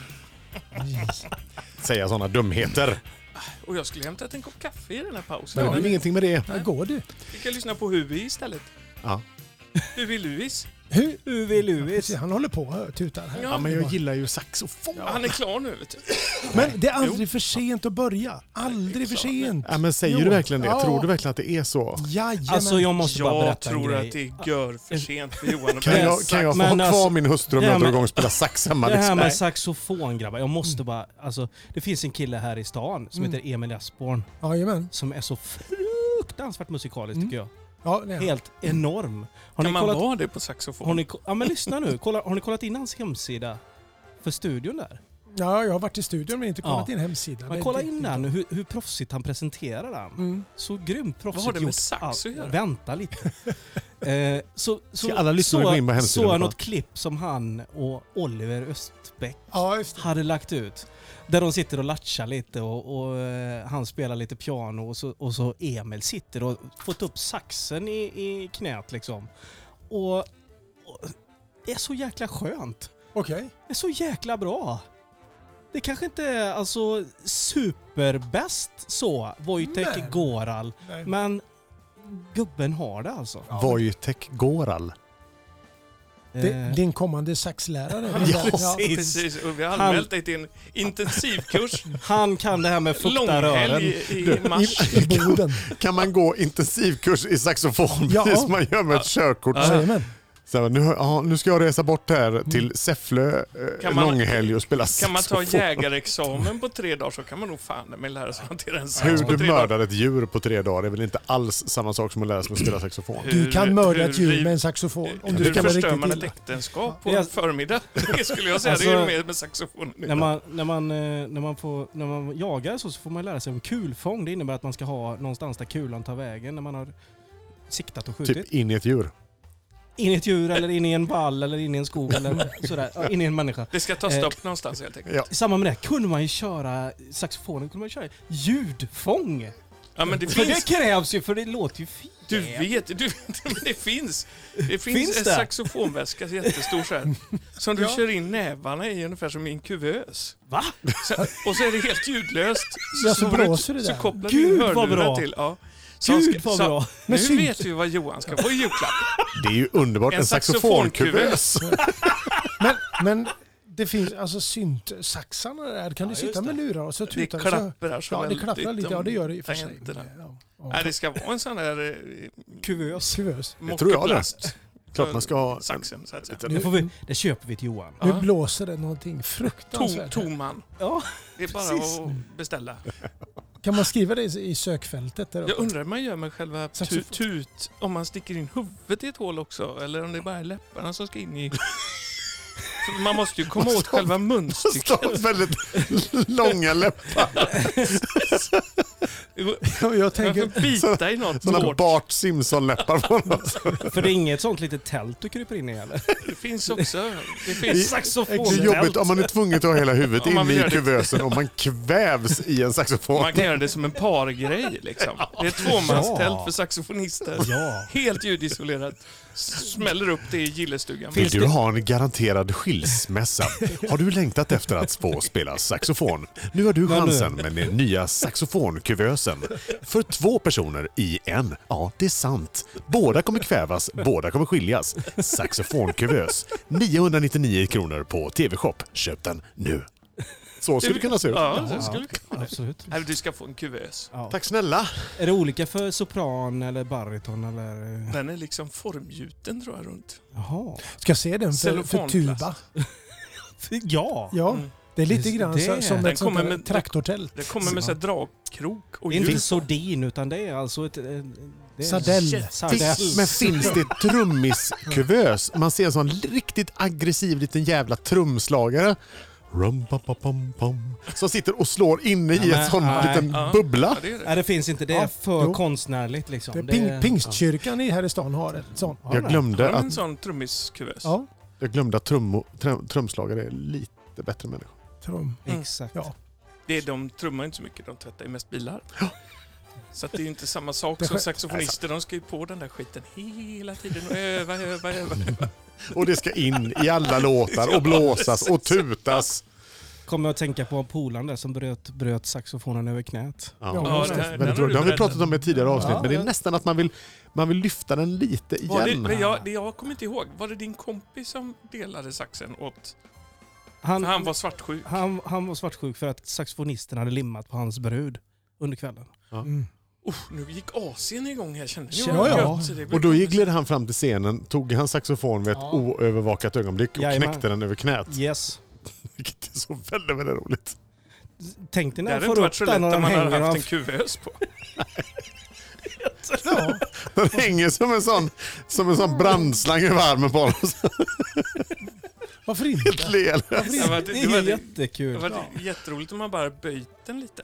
Säga sådana dumheter. Och jag skulle hämtat en kopp kaffe i den här pausen. Men det är Men väl ingenting med det. Ja, går du? vi kan lyssna på Huvi istället. Ja. Huvi Luis. Hur? U V Louis. Precis, han håller på och tutar här. Ja, men jag gillar ju saxofon. Ja, han är klar nu, vet du. Men det är aldrig för sent att börja. Aldrig för sent. Ja, men säger Jo. du verkligen det? Ja. Tror du verkligen att det är så? Jajamän. Alltså jag måste bara Jag berätta en tror grej. att det gör för sent för Johan att Kan börja jag, kan jag få Men ha kvar alltså- min hustru om det här jag drar med- igång och spela sax hemma? Det här Liksom? med saxofon, grabbar. Jag måste bara... Alltså, det finns en kille här i stan som Mm. heter Emil Esborn Jajamän. som är så fruktansvärt musikalisk Mm. tycker jag. Ja, det är han. Helt enorm. Har Kan ni man kollat, vara det på saxofon? har ni, ko- ja men lyssna nu. Kolla, har ni kollat in hans hemsida för studion där? Ja, jag har varit i studion men inte kollat Ja. in hemsidan. Men Det- kolla det- in den, hur, hur proffsigt han presenterar den. Mm. Så grymt proffsigt Vad har det med gjort sax allt. att göra? Vänta lite. eh, så så, Ska alla lyssnare så, gå in på hemsidan så och jag kolla? något klipp som han och Oliver Östbäck Ja, just det. hade lagt ut. Där de sitter och latchar lite och, och eh, han spelar lite piano och så, och så Emil sitter och fått upp saxen i, i knät liksom. Och, och det är så jäkla skönt. Okej. Det är så jäkla bra. Det kanske inte är alltså superbäst så, Wojtek Nej. Goral, Nej. men gubben har det alltså. Wojtek Goral. Det, Eh, din kommande saxlärare. Ja, ja. precis. Precis, och vi har anmält dig till en intensivkurs. Han kan det här med fukta rören. Långhelg i, i mars. I, I Boden. Kan man gå intensivkurs i saxofon Ja. precis som man gör med ett körkort? Ja. Jajamän. Så nu, ja, nu ska jag resa bort här till Säffle eh, Kan man- långhelg och spela Kan man ta saxofon. jägarexamen på tre dagar så kan man nog fan med lära sig hantera en sax Hur på du tre dagar. mördar ett djur på tre dagar är väl inte alls samma sak som att lära sig att spela saxofon. Hur- Du kan mörda ett hur- djur med en saxofon. Om du Hur ska vara förstör man ett riktigt illa. äktenskap på Ja. en förmiddag? Det skulle jag säga, Alltså, det är ju mer med saxofon. När man, när, man, eh, när, man får, när man jagar så, så får man lära sig om kulfång. Det innebär att man ska ha någonstans där kulan tar vägen när man har siktat och skjutit. Typ in i ett djur. In i ett djur eller in i en ball eller in i en skog eller sådär. Ja, in i en människa. Det ska ta stopp någonstans helt enkelt. Ja. I samband med det kunde man ju köra saxofonen, kunde man köra ljudfång. Ja, men det För finns... det krävs ju, för det låter ju fint. Du vet, du, men det finns. Det finns, Finns en det? saxofonväska jättestor så här. Som du Ja. kör in nävarna i ungefär som i en kuvös. Va? Så, och så är det helt ljudlöst. Ja, så blåser det Så där. kopplar Gud, du in vad bra. hörlurar till. Ja. Så han Gud ska- vad så- bra. Men Nu synt. vet vi vad Johan ska få i julklapp. Det är ju underbart. En, En saxofonkuvös. Men, men det finns alltså syntsaxarna där. Kan du Ja, sitta just med det. lurar och så Det tutar så. klapprar så Ja, det väldigt klapprar lite. Ja, det gör det i och för sig. tangenterna. Ja, ja. Nej, det ska vara en sån där eh, Kuvös. Kuvös. Det tror jag det. mockeplast. Klart man ska ha... Saxen, så att säga. Det, får vi, det köper vi till Johan. Nu Ja. blåser det någonting Tom, fruktansvärt. Toman. Ja, Det är bara Precis. att beställa. Kan man skriva det i i sökfältet? Där Jag uppe? undrar hur man gör med själva tu, Saxofon. tut, om man sticker in huvudet i ett hål också, eller om det bara är läpparna som ska in i... För man måste ju komma åt själva munstycket. Står väldigt långa läppar. Jag Jag tänker, får bita i något Sådana hårt. Bart Simpson-läppar på något. för det är inget sånt litet tält du kryper in i eller? Det finns också. Det Det finns är jobbigt om man är tvungen att ha hela huvudet Om man inne vill i göra det- kuvösen och man kvävs i en saxofon. Man kan göra det som en pargrej liksom. Det är ett tvåmanstält Ja. för saxofonister. Ja. Helt ljudisolerat. Smäller upp det i gillestugan. Vill du ha en garanterad skilsmässa? Har du längtat efter att få spela saxofon? Nu har du chansen med den nya saxofonkuvösen. För två personer i en. Ja, det är sant. Båda kommer kvävas, båda kommer skiljas. Saxofonkuvös. niohundranittionio kronor på T V-shop. Köp den nu. Så skulle det kunna se ut. Ja, Ja, det skulle kunna. Absolut. Eller du ska få en kuvös. Ja. Tack snälla. Är det olika för sopran eller bariton eller? Den är liksom formgjuten tror jag runt. Jaha. Ska jag se den för, för tuba? Ja. Ja, Mm. det är lite Det- grann det- så, som Den ett sånt kommer där med- traktortält. Det kommer med så här dragkrok och Det är inte hjul. sordin utan det är alltså ett... ett det är Sardell. Sardell. Men finns det trummiskuvös? Man ser en sån riktigt aggressiv liten jävla trumslagare. Rum, pam, pam, pam, pam, som sitter och slår inne i Nej, en sån nej. liten Ja. bubbla. Ja, det är det. Nej, det finns inte. Det är Ja, för jo. konstnärligt liksom. Det är Det ping, är- Pingstkyrkan i här i stan har en sån. Ja, Jag nej. glömde Har de en att, sån trummiskuvös? Ja, jag glömde att trum, trum, trumslagare är lite bättre människor. trum. Mm. Exakt. Ja. Det är, de trummar inte så mycket, de tvättar ju mest bilar. Så att det är ju inte samma sak Det som sk- saxofonister. De ska ju på den där skiten hela tiden och öva, öva, öva. öva. Och det ska in i alla låtar och blåsas och tutas. Kommer att tänka på polaren där som bröt, bröt saxofonen över knät. Ja. Ja, Ja, det- det, här- Men den det, har du det har vi berättat. pratat om i ett tidigare avsnitt, Ja, men det är ja. nästan att man vill, man vill lyfta den lite Var det, igen. men jag, det jag kommer inte ihåg. Var det din kompis som delade saxen åt... Han, För han var svartsjuk. han, han var svartsjuk för att saxofonisten hade limmat på hans brud under kvällen. Mm. Oh, nu gick A C:n igång här känner ni. Ja, ja. Gött, så det blir- Och då gled han fram till scenen, tog hans saxofon vid ett Ja. oövervakat ögonblick och Jajamän. knäckte den över knät. Yes. Vilket är så väldigt, väldigt roligt. Tänk dig Det när hade jag inte får varit upp så lätt den och om den man hade hänger. haft av- en kuvös på. Ja. Den hänger som en sån, som en sån brandslang över armen på honom. Varför inte? Helt lel. Det var, Det det, är var, ju det, jättekul. var jätteroligt om man bara böjt den lite.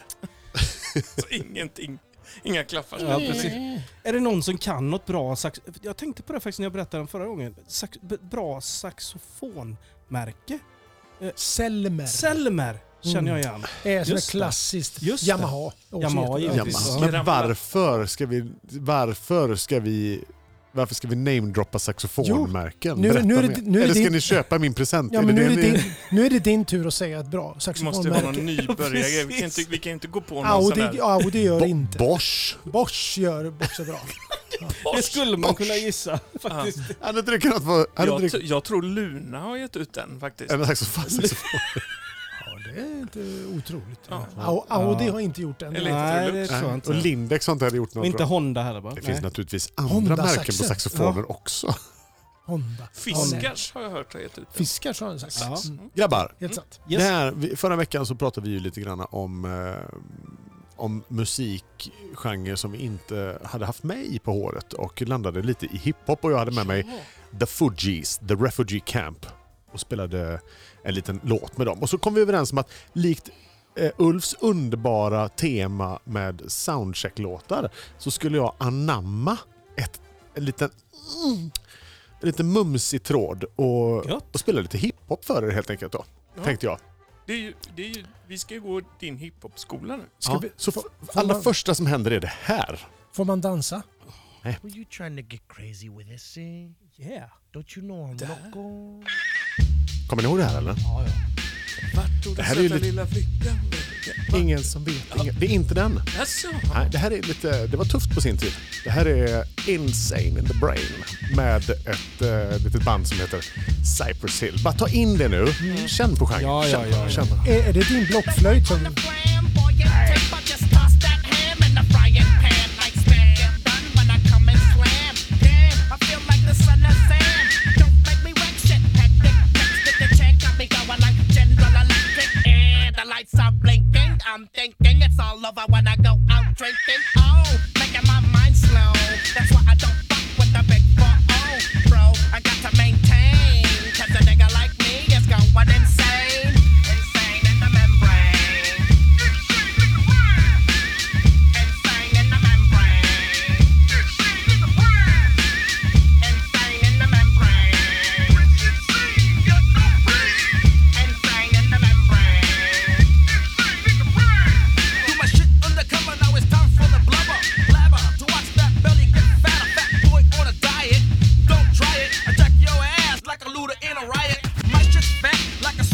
Så ingenting. Inga klaffar. Ja, precis. Är det någon som kan något bra sax... Jag tänkte på det faktiskt när jag berättade den förra gången. Sax... b- Bra saxofonmärke. Selmer. Selmer känner jag igen. Det är som Just ett det. klassiskt Just det. Yamaha. Också Yamaha, jättebra. givetvis. Ja, Ja. men varför ska vi, varför ska vi, varför ska vi namedroppa saxofonmärken? Jo, nu- Berätta nu är det- mer. nu är det Eller ska din- ni köpa min present? Ja, Är men nu är, det det ni- din, nu är det din tur att säga ett bra Det måste vara saxofonmärke. någon nybörjare. Vi kan inte, vi kan inte gå på någon sån Audi, där. Audi gör Bo- inte. Bosch. Bosch gör också bra. Det skulle man kunna gissa faktiskt. Hade inte det kunnat vara... Hade Jag, inte t- det, jag tror Luna har gett ut den faktiskt. en saxofon, saxofon. Ja, det är inte otroligt. Ja. Au- Audi Ja. har inte gjort den. Eller- Nej, det Electrolux. tror jag inte. Och Lindex har inte heller gjort något Och inte bra. Honda heller va? Det Nej. finns naturligtvis andra Honda märken saxer. på saxofoner också. Honda. Fiskars har jag hört har gett ut den. Fiskar har en sax. Ja. Mm. Grabbar, Helt sant. Yes. det här, vi- förra veckan så pratade vi ju lite grann om, eh, om musikgenre som vi inte hade haft med i på håret och landade lite i hiphop och jag hade med mig The Fugees, The Refugee Camp och spelade en liten låt med dem. Och så kom vi överens om att likt eh, Ulfs underbara tema med soundcheck-låtar så skulle jag anamma ett, en liten mm, en liten mumsig tråd och, Gött. och spela lite hiphop för er helt enkelt då, Ja. tänkte jag. Det är ju, det är ju, vi ska ju gå din hiphop-skola nu. Ska Ja, vi, så får, f- får, allra man, första som händer är det här. får man dansa? Were you trying to get crazy with this, see? Yeah. Don't you know I'm local? Kommer ni ihåg det här eller? Ja, ja. Vart tog Det den här är ju söta lite- lilla flickan? Va? Ingen som vet. Ingen. Det är inte den. Jaså? Nej, det här är lite, det var tufft på sin tid. Det här är Insane in the Brain med ett äh, litet band som heter Cypress Hill. Bara ta in det nu. Känn på genren. Ja, ja, Känn, ja, ja. Känn. Är, är det din blockflöjt som... I'm thinking it's all over when I go out drinking. Oh, making my mind slow. That's why I don't fuck with the big four oh, bro. I got to maintain, cause a nigga like me is going insane. Insane in the membrane. Insane in the membrane. Insane in the membrane. Insane in the membrane. Do my shit undercover, now it's time for the blubber. Blabber, to watch that belly get fatter. Fat boy on a diet, don't try it. I jack your ass like a looter in a riot. My shit's fat like a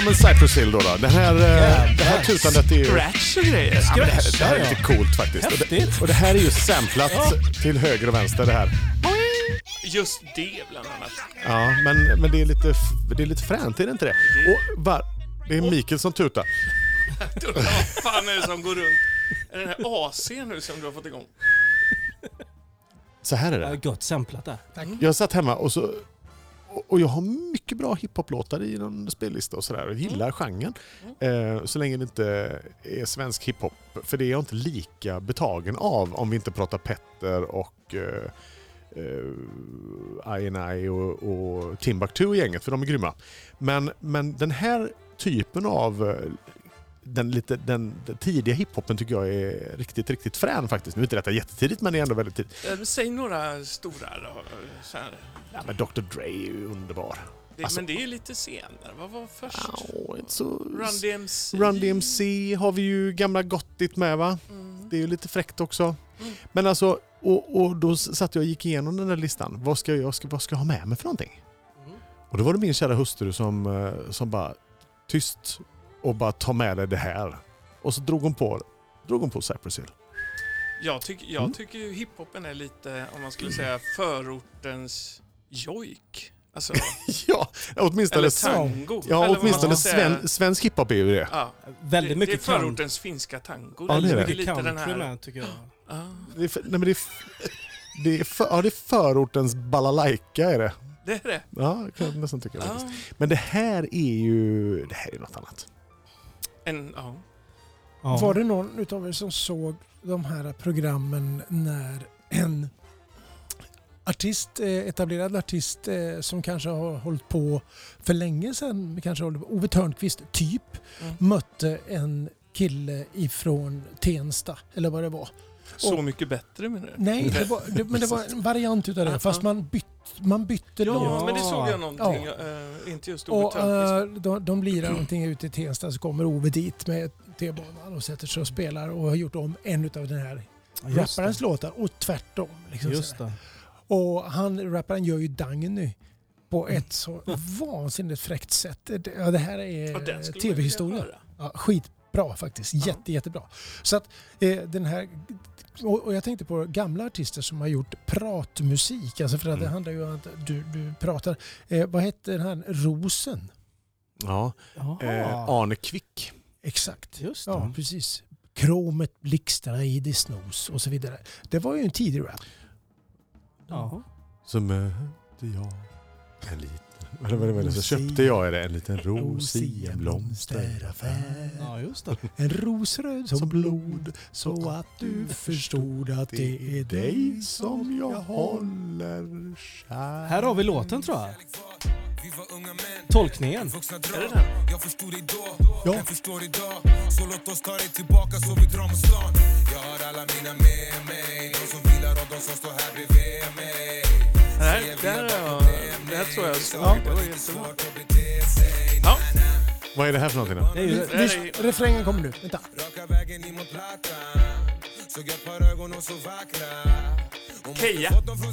men Cypress Hill då. då. Det här, yeah, det här tutandet är ju... Scratch och grejer. Ja, men det, här, det här är lite coolt faktiskt. Och det, och det här är ju samplat ja. till höger och vänster det här. Just det bland annat. Ja, men, men det är lite det är lite fränt, är det inte det? Och var, det är Mikael som tutar. Vad fan är det som går runt? Är det den här A C nu som du har fått igång? Så här är det. Jag har gott samplat där. Tack. Jag satt hemma och så och jag har mycket bra hiphop-låtar i någon spellista och sådär och gillar mm. genren. Mm. Eh, så länge det inte är svensk hiphop. För det är jag inte lika betagen av om vi inte pratar Petter och eh, I and I och, och Timbuktu i gänget, för de är grymma. Men, men den här typen av den, lite, den, den tidiga hiphopen tycker jag är riktigt, riktigt frän faktiskt. Nu är inte detta jättetidigt, men det är ändå väldigt tidigt. Säg några stora då. Så här. Ja, men doktor Dre är ju underbar. Det, alltså, men det är lite senare. Vad var först? Oh, så, Run D M C. Run D M C har vi ju gamla Gottit med, va? Mm. Det är ju lite fräckt också. Mm. Men alltså, och, och då satt jag och gick igenom den där listan. Vad ska jag, ska, vad ska jag ha med mig för någonting? Mm. Och då var det min kära hustru som, som bara tyst och bara ta med dig det här. Och så drog hon på, drog hon på Cypress Hill. Jag, tyck, jag mm. tycker ju hiphopen är lite, om man skulle säga, förortens jojk. Alltså, ja, åtminstone, eller tango. Ja, eller åtminstone sven, svensk hiphop är ju det. Ja, väldigt det, mycket det är förortens finska tango. Ja, det är det. Det är lite den här med, tycker jag. Ah. Det är, nej, men det är, det är, för, ja, det är förortens balalaika är det. Det är det. Ja, jag kan nästan tycka det. Ah. Men det här är ju det här är något annat. En, ja. Ja. Var det någon utav er som såg de här programmen när en artist, etablerad artist som kanske har hållit på för länge sedan, kanske Ove Thörnqvist typ, mm. mötte en kille ifrån Tensta eller vad det var. Så och, mycket bättre med det? Nej, det var, det, men det var en variant utav det, uh-huh. fast man, byt, man bytte ja, låt. Ja, men det såg jag någonting, ja. uh, inte just Ove Thörnqvist. Uh, de, de lirar någonting ute i Tensta, så kommer Ove dit med T-banan och sätter sig och spelar och har gjort om en utav den här ja, rapparens låtar och tvärtom. Liksom just det. Och han, rapparen gör ju Dagny på ett så vansinnigt fräckt sätt. Det, ja, det här är tv-historia. Ja, skitbra faktiskt. Ja. Jätte, jättebra. Så att eh, den här... Och, och jag tänkte på gamla artister som har gjort pratmusik. Alltså för att mm. det handlar ju om att du, du pratar. Eh, vad heter den här? Rosen? Ja, eh, Arne Kvick. Exakt. Just det. Ja, precis. Kromet blixtrar i det snos och så vidare. Det var ju en tidig rap. Ja. Så mötte jag en liten... Eller vad det var, så köpte jag det en liten ros i en blomsteraffär. Ja, just det. En rosröd som blod, så att du förstod att det är dig som jag håller kär. Här har vi låten, tror jag. Tolkningen. Är det den? Jag förstod dig då, ja. Jag förstår idag. Så låt oss ta dig tillbaka så vi drar mot stan. Jag har alla mina med mig, de som vilar och de som står här bredvid mig. Det här, det här, det här tror jag såg. Ja. Det var jättebra. Ja. Vad är det här för någonting då? Det är ju, det är, refrängen kommer nu. Vänta. Keja.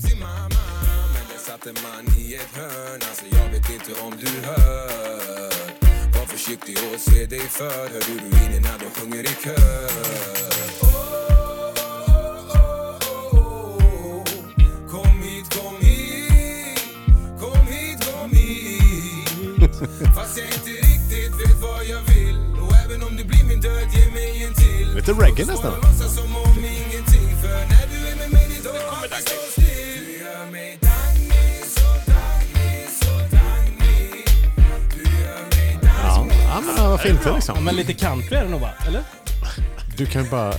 Satte man i ett hörn, alltså jag vet inte om du hör. Var försiktig och se dig för, hör du ruinerna de sjunger i kör. Kom hit, kom hit, kom hit, kom hit. Fast jag inte riktigt vet vad jag vill, och även om det blir min död, ge mig en till. Lite reggae nästan. Som om ingenting, för när du är med mig det då kommer det stå still. Du gör mig Ja, men vad fint det liksom. Ja, men lite country är det nog, va? Eller? Du kan bara...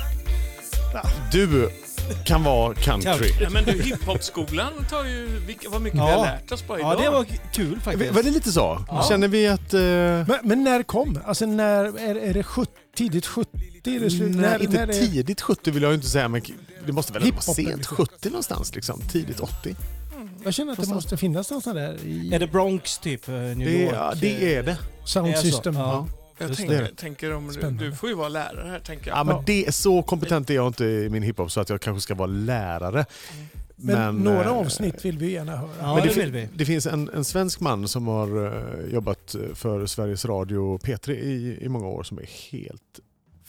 Du kan vara country. Ja, men du, hiphop-skolan tar ju... Vad mycket ja. vi har lärt oss på idag. Ja, det var kul faktiskt. Var det lite så? Ja. Känner vi att... Uh... Men, men när kom? Alltså när... Är, är det sjuttio, tidigt sjuttio? Är det slut? Nej, när, inte när tidigt sjuttio vill jag ju inte säga, men det måste väl vara sent sjuttio någonstans liksom. Tidigt åttio. Jag känner att det måste finnas något sånt där i... Är det Bronx typ? New det, York? Ja, det är det. Sound system. Ja. Jag tänker, tänker om du, du får ju vara lärare här, tänker jag. Ja, men det är så kompetent är jag inte i min hiphop så att jag kanske ska vara lärare. Men, Men, några eh, avsnitt vill vi gärna höra. Ja, Men det, det fin- vill vi. det finns en, en svensk man som har eh, jobbat för Sveriges Radio P tre i, i många år som är helt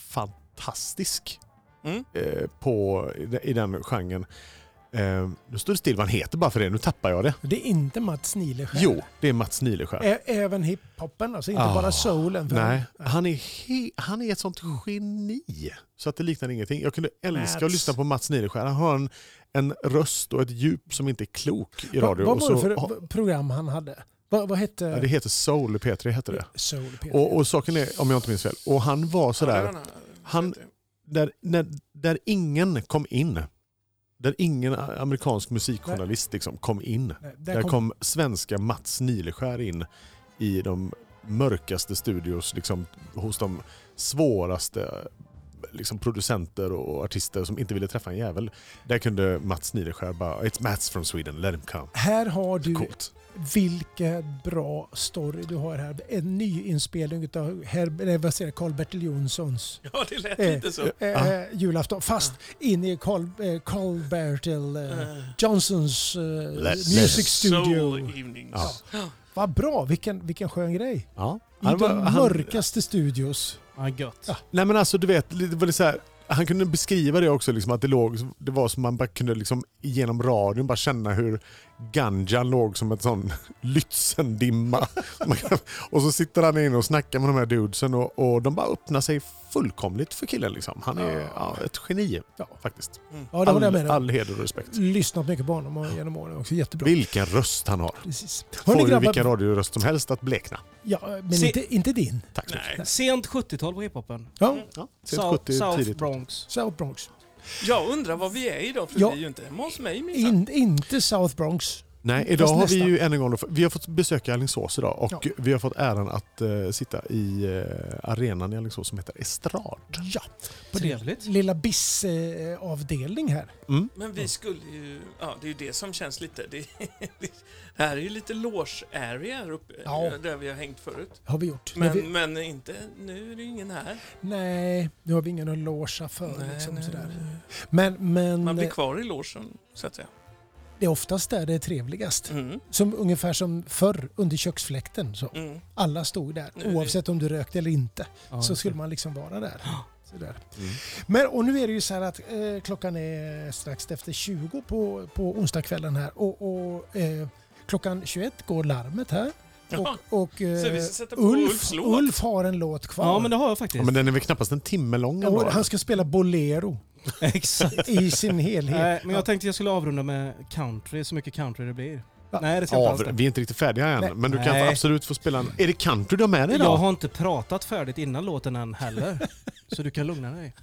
fantastisk Mm. eh, på, i, i den genren. Eh, nu står det still vad han heter bara för det. Nu tappar jag det. Det är inte Mats Nileskär. Jo, det är Mats Nileskär. Ä- Även hiphopen, alltså inte Ah, bara soulen. För Nej, han- han är, he- han är ett sånt geni så att det liknar ingenting. Jag kunde älska Mats. att lyssna på Mats Nileskär. Han har en, en röst och ett djup som inte är klok i Va- radio. Vad Och var så, det för ha- program han hade? Vad, vad hette ja, det heter Soul, P tre heter det. Soul P T? Och, och saken är, om jag inte minns fel, och han var Ja, det sådär, var den här. han, där, när, där ingen kom in, där ingen amerikansk musikjournalist liksom kom in, Nej, där där kom, kom, svenska Mats Nileskär in i de mörkaste studios, liksom, hos de svåraste liksom, producenter och artister som inte ville träffa en jävel. Där kunde Mats Nileskär bara, it's Mats from Sweden, let him come. här har du Coolt. vilken bra story du har här. En ny inspelning av Carl-Bertil Jonssons Ja, det lät Eh, lite så. eh, julafton. Fast in i Carl, eh, Carl-Bertil eh, Johnsons eh, Let's- Music Studio. Soul Evenings. Ja. Vad bra, vilken, vilken skön grej. Ja. I Han var- de han- mörkaste studios. Ja, gött. Ja. Nej men alltså du vet, det var det så här, han kunde beskriva det också liksom, att det låg, det var som man bara kunde liksom genom radion bara känna hur ganjan låg som ett sån Lützendimma. Man kan- och så sitter han inne och snackar med de här dudesen och, och de bara öppnar sig fullkomligt för killen liksom. Han är ja, ett geni Ja. faktiskt. Ja, det håller jag All, med dig. all heder och respekt. Lyssnat mycket på honom och genom åren också. Jättebra. Vilken röst han har. Precis. Får Hörni ju grabbar, vilken radioröst som helst att blekna. ja, men Se- inte, inte din. Tack så mycket. Nej. Sent sjuttiotal på hiphopen. Ja, Ja, sent South, sjuttio, South tidigt. Bronx. South Bronx. Jag undrar vad vi är idag, för Ja. vi är ju inte hemma hos mig minsann. In, inte South Bronx. Nej, idag Fast har vi nästan. ju än en gång, vi har fått besöka Alingsås idag och Ja. vi har fått äran att eh, sitta i eh, arenan i Alingsås som heter Estrad. Ja, på Trevligt. din lilla biss-avdelning här. Mm. Men vi skulle ju... Ja, det är ju det som känns lite... Det, det här är ju lite loge-area här uppe, Ja. där vi har hängt förut. Har vi gjort. Men Men, vi, men inte... Nu är det ingen här. nej, nu har vi ingen att låsa för. Nej, liksom, nej, sådär. nej. Men, men Man blir eh, kvar i logen, så att säga. det är oftast där det är trevligast. Mm. Som, ungefär som förr under köksfläkten. Så. Mm. Alla stod där, Nu är det- oavsett om du rökte eller inte. Ja, så just skulle det. man liksom vara där. Sådär. Mm. Men, och nu är det ju så här att eh, klockan är strax efter tjugo på, på onsdagskvällen här. Och, och eh, klockan tjugoett går larmet här. Jaha. Och, och Så eh, vi ska sätta på Ulf, Ulfs låt. Ulf har en låt kvar. Ja, men det har jag faktiskt. Ja, men den är väl knappast en timme lång ändå? och han ska spela Bolero Exakt. i sin helhet. Nej, men jag tänkte jag skulle avrunda med country, så mycket country det blir. Ja. Nej, det ska jag Ja, inte alls. vi är inte riktigt färdiga än, Nej. men du kan Nej. absolut få spela en... Är det country du har med dig Jag idag? har inte pratat färdigt innan låten än heller. Så du kan lugna dig.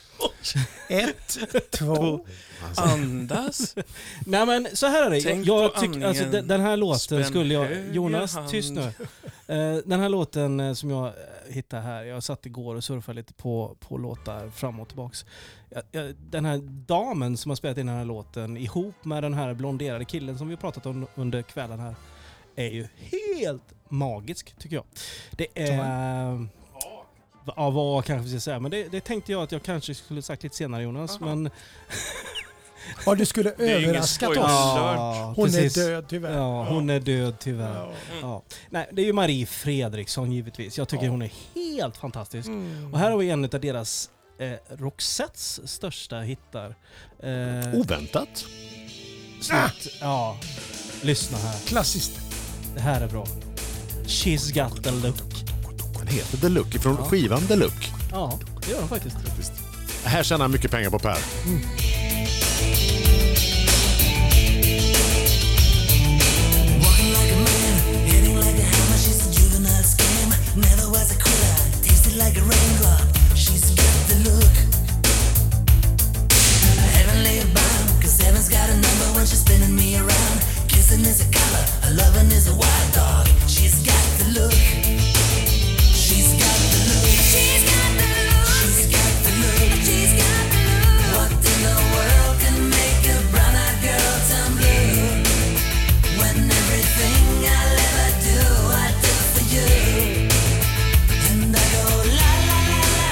Ett, två. Andas. Nej men så här är det. Tänk jag på tycker alltså, andningen. den, den här låten Spänn skulle jag... höger Jonas, hand. tyst nu. Eh, den här låten eh, som jag eh, hittade här, jag satt igår och surfade lite på, på låtar fram och tillbaks. Jag, jag, den här damen som har spelat in den här låten ihop med den här blonderade killen som vi har pratat om under kvällen här är ju helt magisk tycker jag. Det är... Ja, vad kanske vi ska säga. Men det, det tänkte jag att jag kanske skulle sagt lite senare Jonas. Aha. Men... Ja, du skulle är ingen överraskat spoiler. oss. Ja, Hon precis. är död tyvärr. Ja, hon är död tyvärr. Ja. Ja. Nej, det är ju Marie Fredriksson givetvis. Jag tycker Ja. hon är helt fantastisk. Mm. Och här har vi en av deras eh, Roxettes största hittar. Eh, Oväntat. slut. Ja, lyssna här. Klassiskt. Det här är bra. She's got the look. Den heter The Look, från Ja. skivan The Look. Ja, det gör hon faktiskt. Här tjänar han mycket pengar på Per. Walking like a man, hitting like a hammer. She's a juvenile scam. Never was a quitter, tasted like a raindrop. She's got the look. Heavenly bound, cause heaven's got a number when she's spinning me around. Kissing is a color, her loving is a wild dog. She's got the look. She's got the look. She's got the look. She's got the look. She's got the look. What in the world can make a brown-eyed girl turn blue? When everything I'll ever do, I do for you. And I go la la la la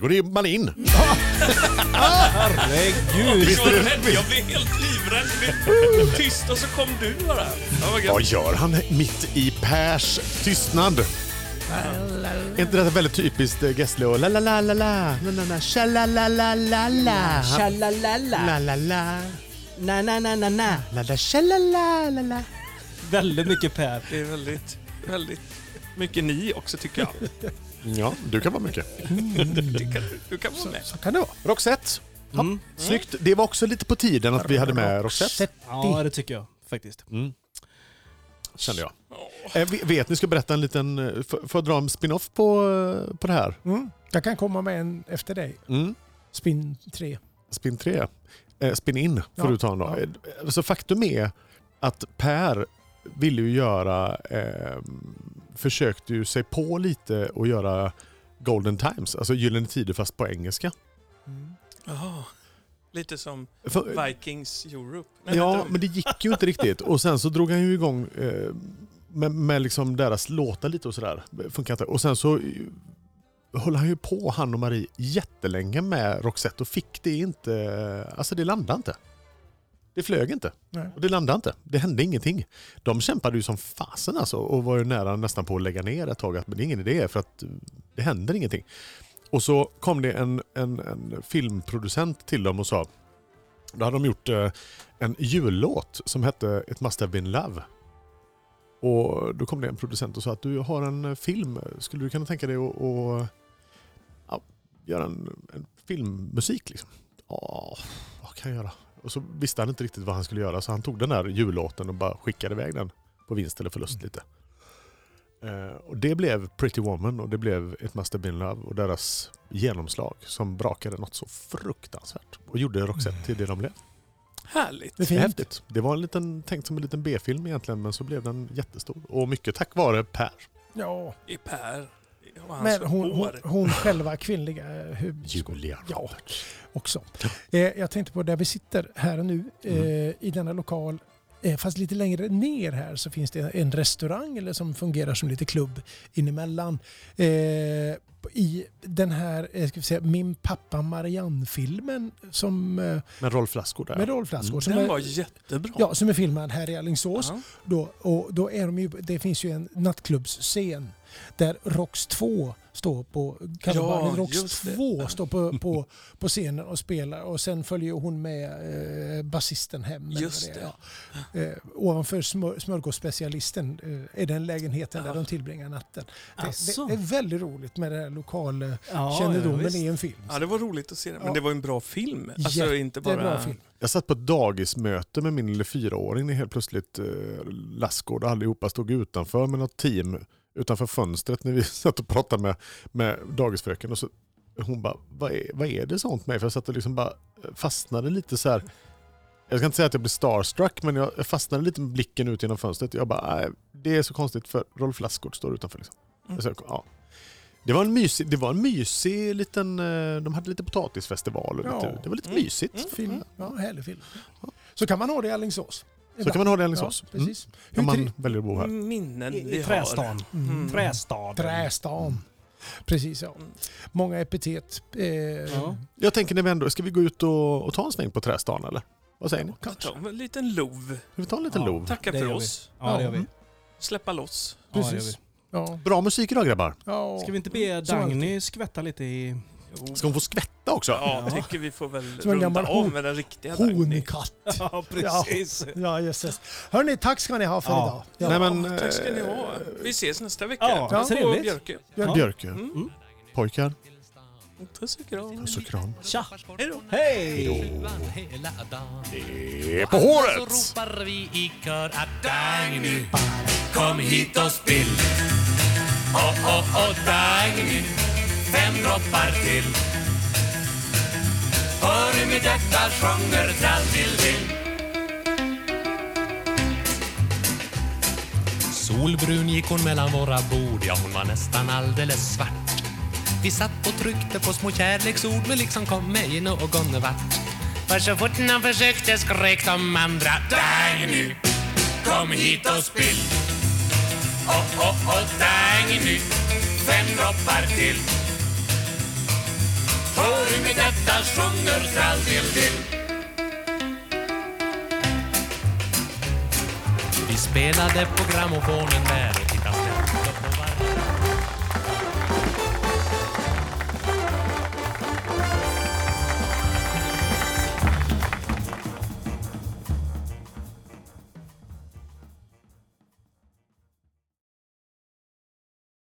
går man in. Herregud. Visst är det- Jag blev helt livrädd. Det blev tyst och så kom du bara. Ja, vad gött. Vad gör han mitt i Pers tystnad? Är inte det väldigt typiskt eh, Gessle och la la la la la la la la tjalalalalala Tjalalala. la la la Na na na na na. la la tjalalalala. Väldigt mycket Per. Det är väldigt, väldigt mycket ni också tycker jag. Ja, du kan vara mycket. Du kan, du kan vara med. Så kan det vara. Roxette. Mm. Snyggt. Det var också lite på tiden att vi hade med Roxette. Ja, det tycker jag faktiskt. Mm. Kände jag. Eh, vi- vet ni, ska berätta en liten... eh, Får får jag dra en spin-off på, eh, på det här? Mm. Jag kan komma med en efter dig. Mm. Spin tre. Spin tre. Eh, spin in får Ja, du ta en då. ja. Eh, Så faktum är att Per ville ju göra... Eh, försökte ju sig på lite och göra Golden Times, alltså Gyllene Tider fast på engelska. Mm. Jaha. Lite som För, Vikings Europe. Nej, ja, vänta. men det gick ju inte riktigt. Och sen så drog han ju igång eh, med, med liksom deras låtar lite och sådär. Funkar inte. Och sen så eh, höll han ju på, han och Marie, jättelänge med Roxette och fick det inte... Alltså det landade inte. Det flög inte. Nej. Och det landade inte. Det hände ingenting. De kämpade ju som fasen alltså och var ju nära nästan på att lägga ner ett tag. Men det är ingen idé för att det händer ingenting. Och så kom det en, en, en filmproducent till dem och sa, då hade de gjort eh, en jullåt som hette It Must Have Been Love. Och då kom det en producent och sa att du har en film, skulle du kunna tänka dig att och, ja, göra en, en filmmusik liksom? Ja, vad kan jag göra? Och så visste han inte riktigt vad han skulle göra så han tog den här jullåten och bara skickade iväg den på vinst eller förlust lite. Uh, och det blev Pretty Woman och det blev It Must Have Been Love och deras genomslag som brakade något så fruktansvärt och gjorde Roxette till det de blev. Härligt. Det är fint. Häftigt. Det var en liten, tänkt som en liten B-film egentligen men så blev den jättestor och mycket tack vare Per. Ja, I Per. Och hans men hon, hon, hår. hon själva kvinnliga huvudskådespelare. Julia. Ja, också. Eh, jag tänkte på där vi sitter här och nu eh, i denna lokal. Eh, fast lite längre ner här så finns det en restaurang eller som fungerar som lite klubb inemellan. Eh, I den här eh, ska vi säga, Min pappa Marianne-filmen som, eh, Med Rolf Lassgård där. med Rolf Lassgård. som Den är- var jättebra. Ja, som är filmad här i Alingsås. Ja. Då, och då är de ju, det finns ju en nattklubbsscen där Rox två står på, coverbarnen Ja, Rox just det. två står på, på, på scenen och spelar och sen följer hon med eh, basisten hem. eller Just vad det. Ja. Eh, ovanför smör, smörgåsspecialisten eh, är den lägenheten Ja. där de tillbringar natten. Det, Asså. det är väldigt roligt med den här Ja, lokalkännedomen ja, visst. i en film. Ja, det var roligt att se det. Men Ja. det var en bra film. Alltså inte Jättebra bara... film. Jag satt på ett dagismöte med min lille fyraåring när helt plötsligt eh, Lassgård och allihopa stod utanför med något team utanför fönstret när vi satt och pratade med, med dagisfröken och så hon bara, vad är, vad är det sånt med? För jag satt och liksom bara fastnade lite så här. Jag ska inte säga att jag blev starstruck men jag fastnade lite med blicken ut genom fönstret. Jag bara, nej, det är så konstigt för Rolf Lassgård står utanför liksom. Mm. Så, ja. Det var en mysig, det var en mysig liten, eh, de hade lite potatisfestival och Ja. lite, det var lite Mm. mysigt. Film. Ja, härlig film. Så kan man ha det i Alingsås. Så kan man ha det i Alingsås. Ja, precis. Mm. Om Hur man väljer att bo här. Minnen I, vi i Trästan. har. Mm. Trästaden. Trästan. Precis, ja. Många epitet. Eh, Ja. Jag tänker när vi ändå, ska vi gå ut och, och ta en sväng på Trästan eller? Vad säger ni? Kanske. Ta en liten lov. Ska vi ta en liten Ja. lov? Tacka Det för gör oss. Ja, det gör vi. Släppa loss. Ja, det gör vi. Precis. Ja. Bra musik idag grabbar. Ja. Ska vi inte be Som Dagny skvätta lite i... Jo. Ska hon få skvätta också? Ja, Ja. tycker vi får väl Som en runda gammal av hon- med den riktiga Dagny. Honkatt. Ja, precis. Ja, jösses. Hörni, tack ska ni ha för Ja. idag. Nej, men, Tack ska ni eh, ha. Vi ses nästa vecka. Ja, På trevligt. Björke. Ja. Björke. Mm. Pojkar, Puss och kram. puss och kram. Tja! Hej då. Hej! Hela dagen. Det är på håret! Så ropar vi i kör att Dagny, kom hit och spill. Åh, åh, åh, Dagny, fem droppar till. Hör hur mitt hjärta sjunger trall-dill-dill. Solbrun gick hon mellan våra bord, ja hon var nästan alldeles svart. Vi satt och tryckte på små kärleksord men liksom kom mig någon vart. För så fort han försökte skrek de andra Dagny, kom hit och spill. Åh, åh, åh, Dagny, fem droppar till. Hör hur mitt hjärta sjunger trall-dill-dill. Vi spelade på grammofonen där och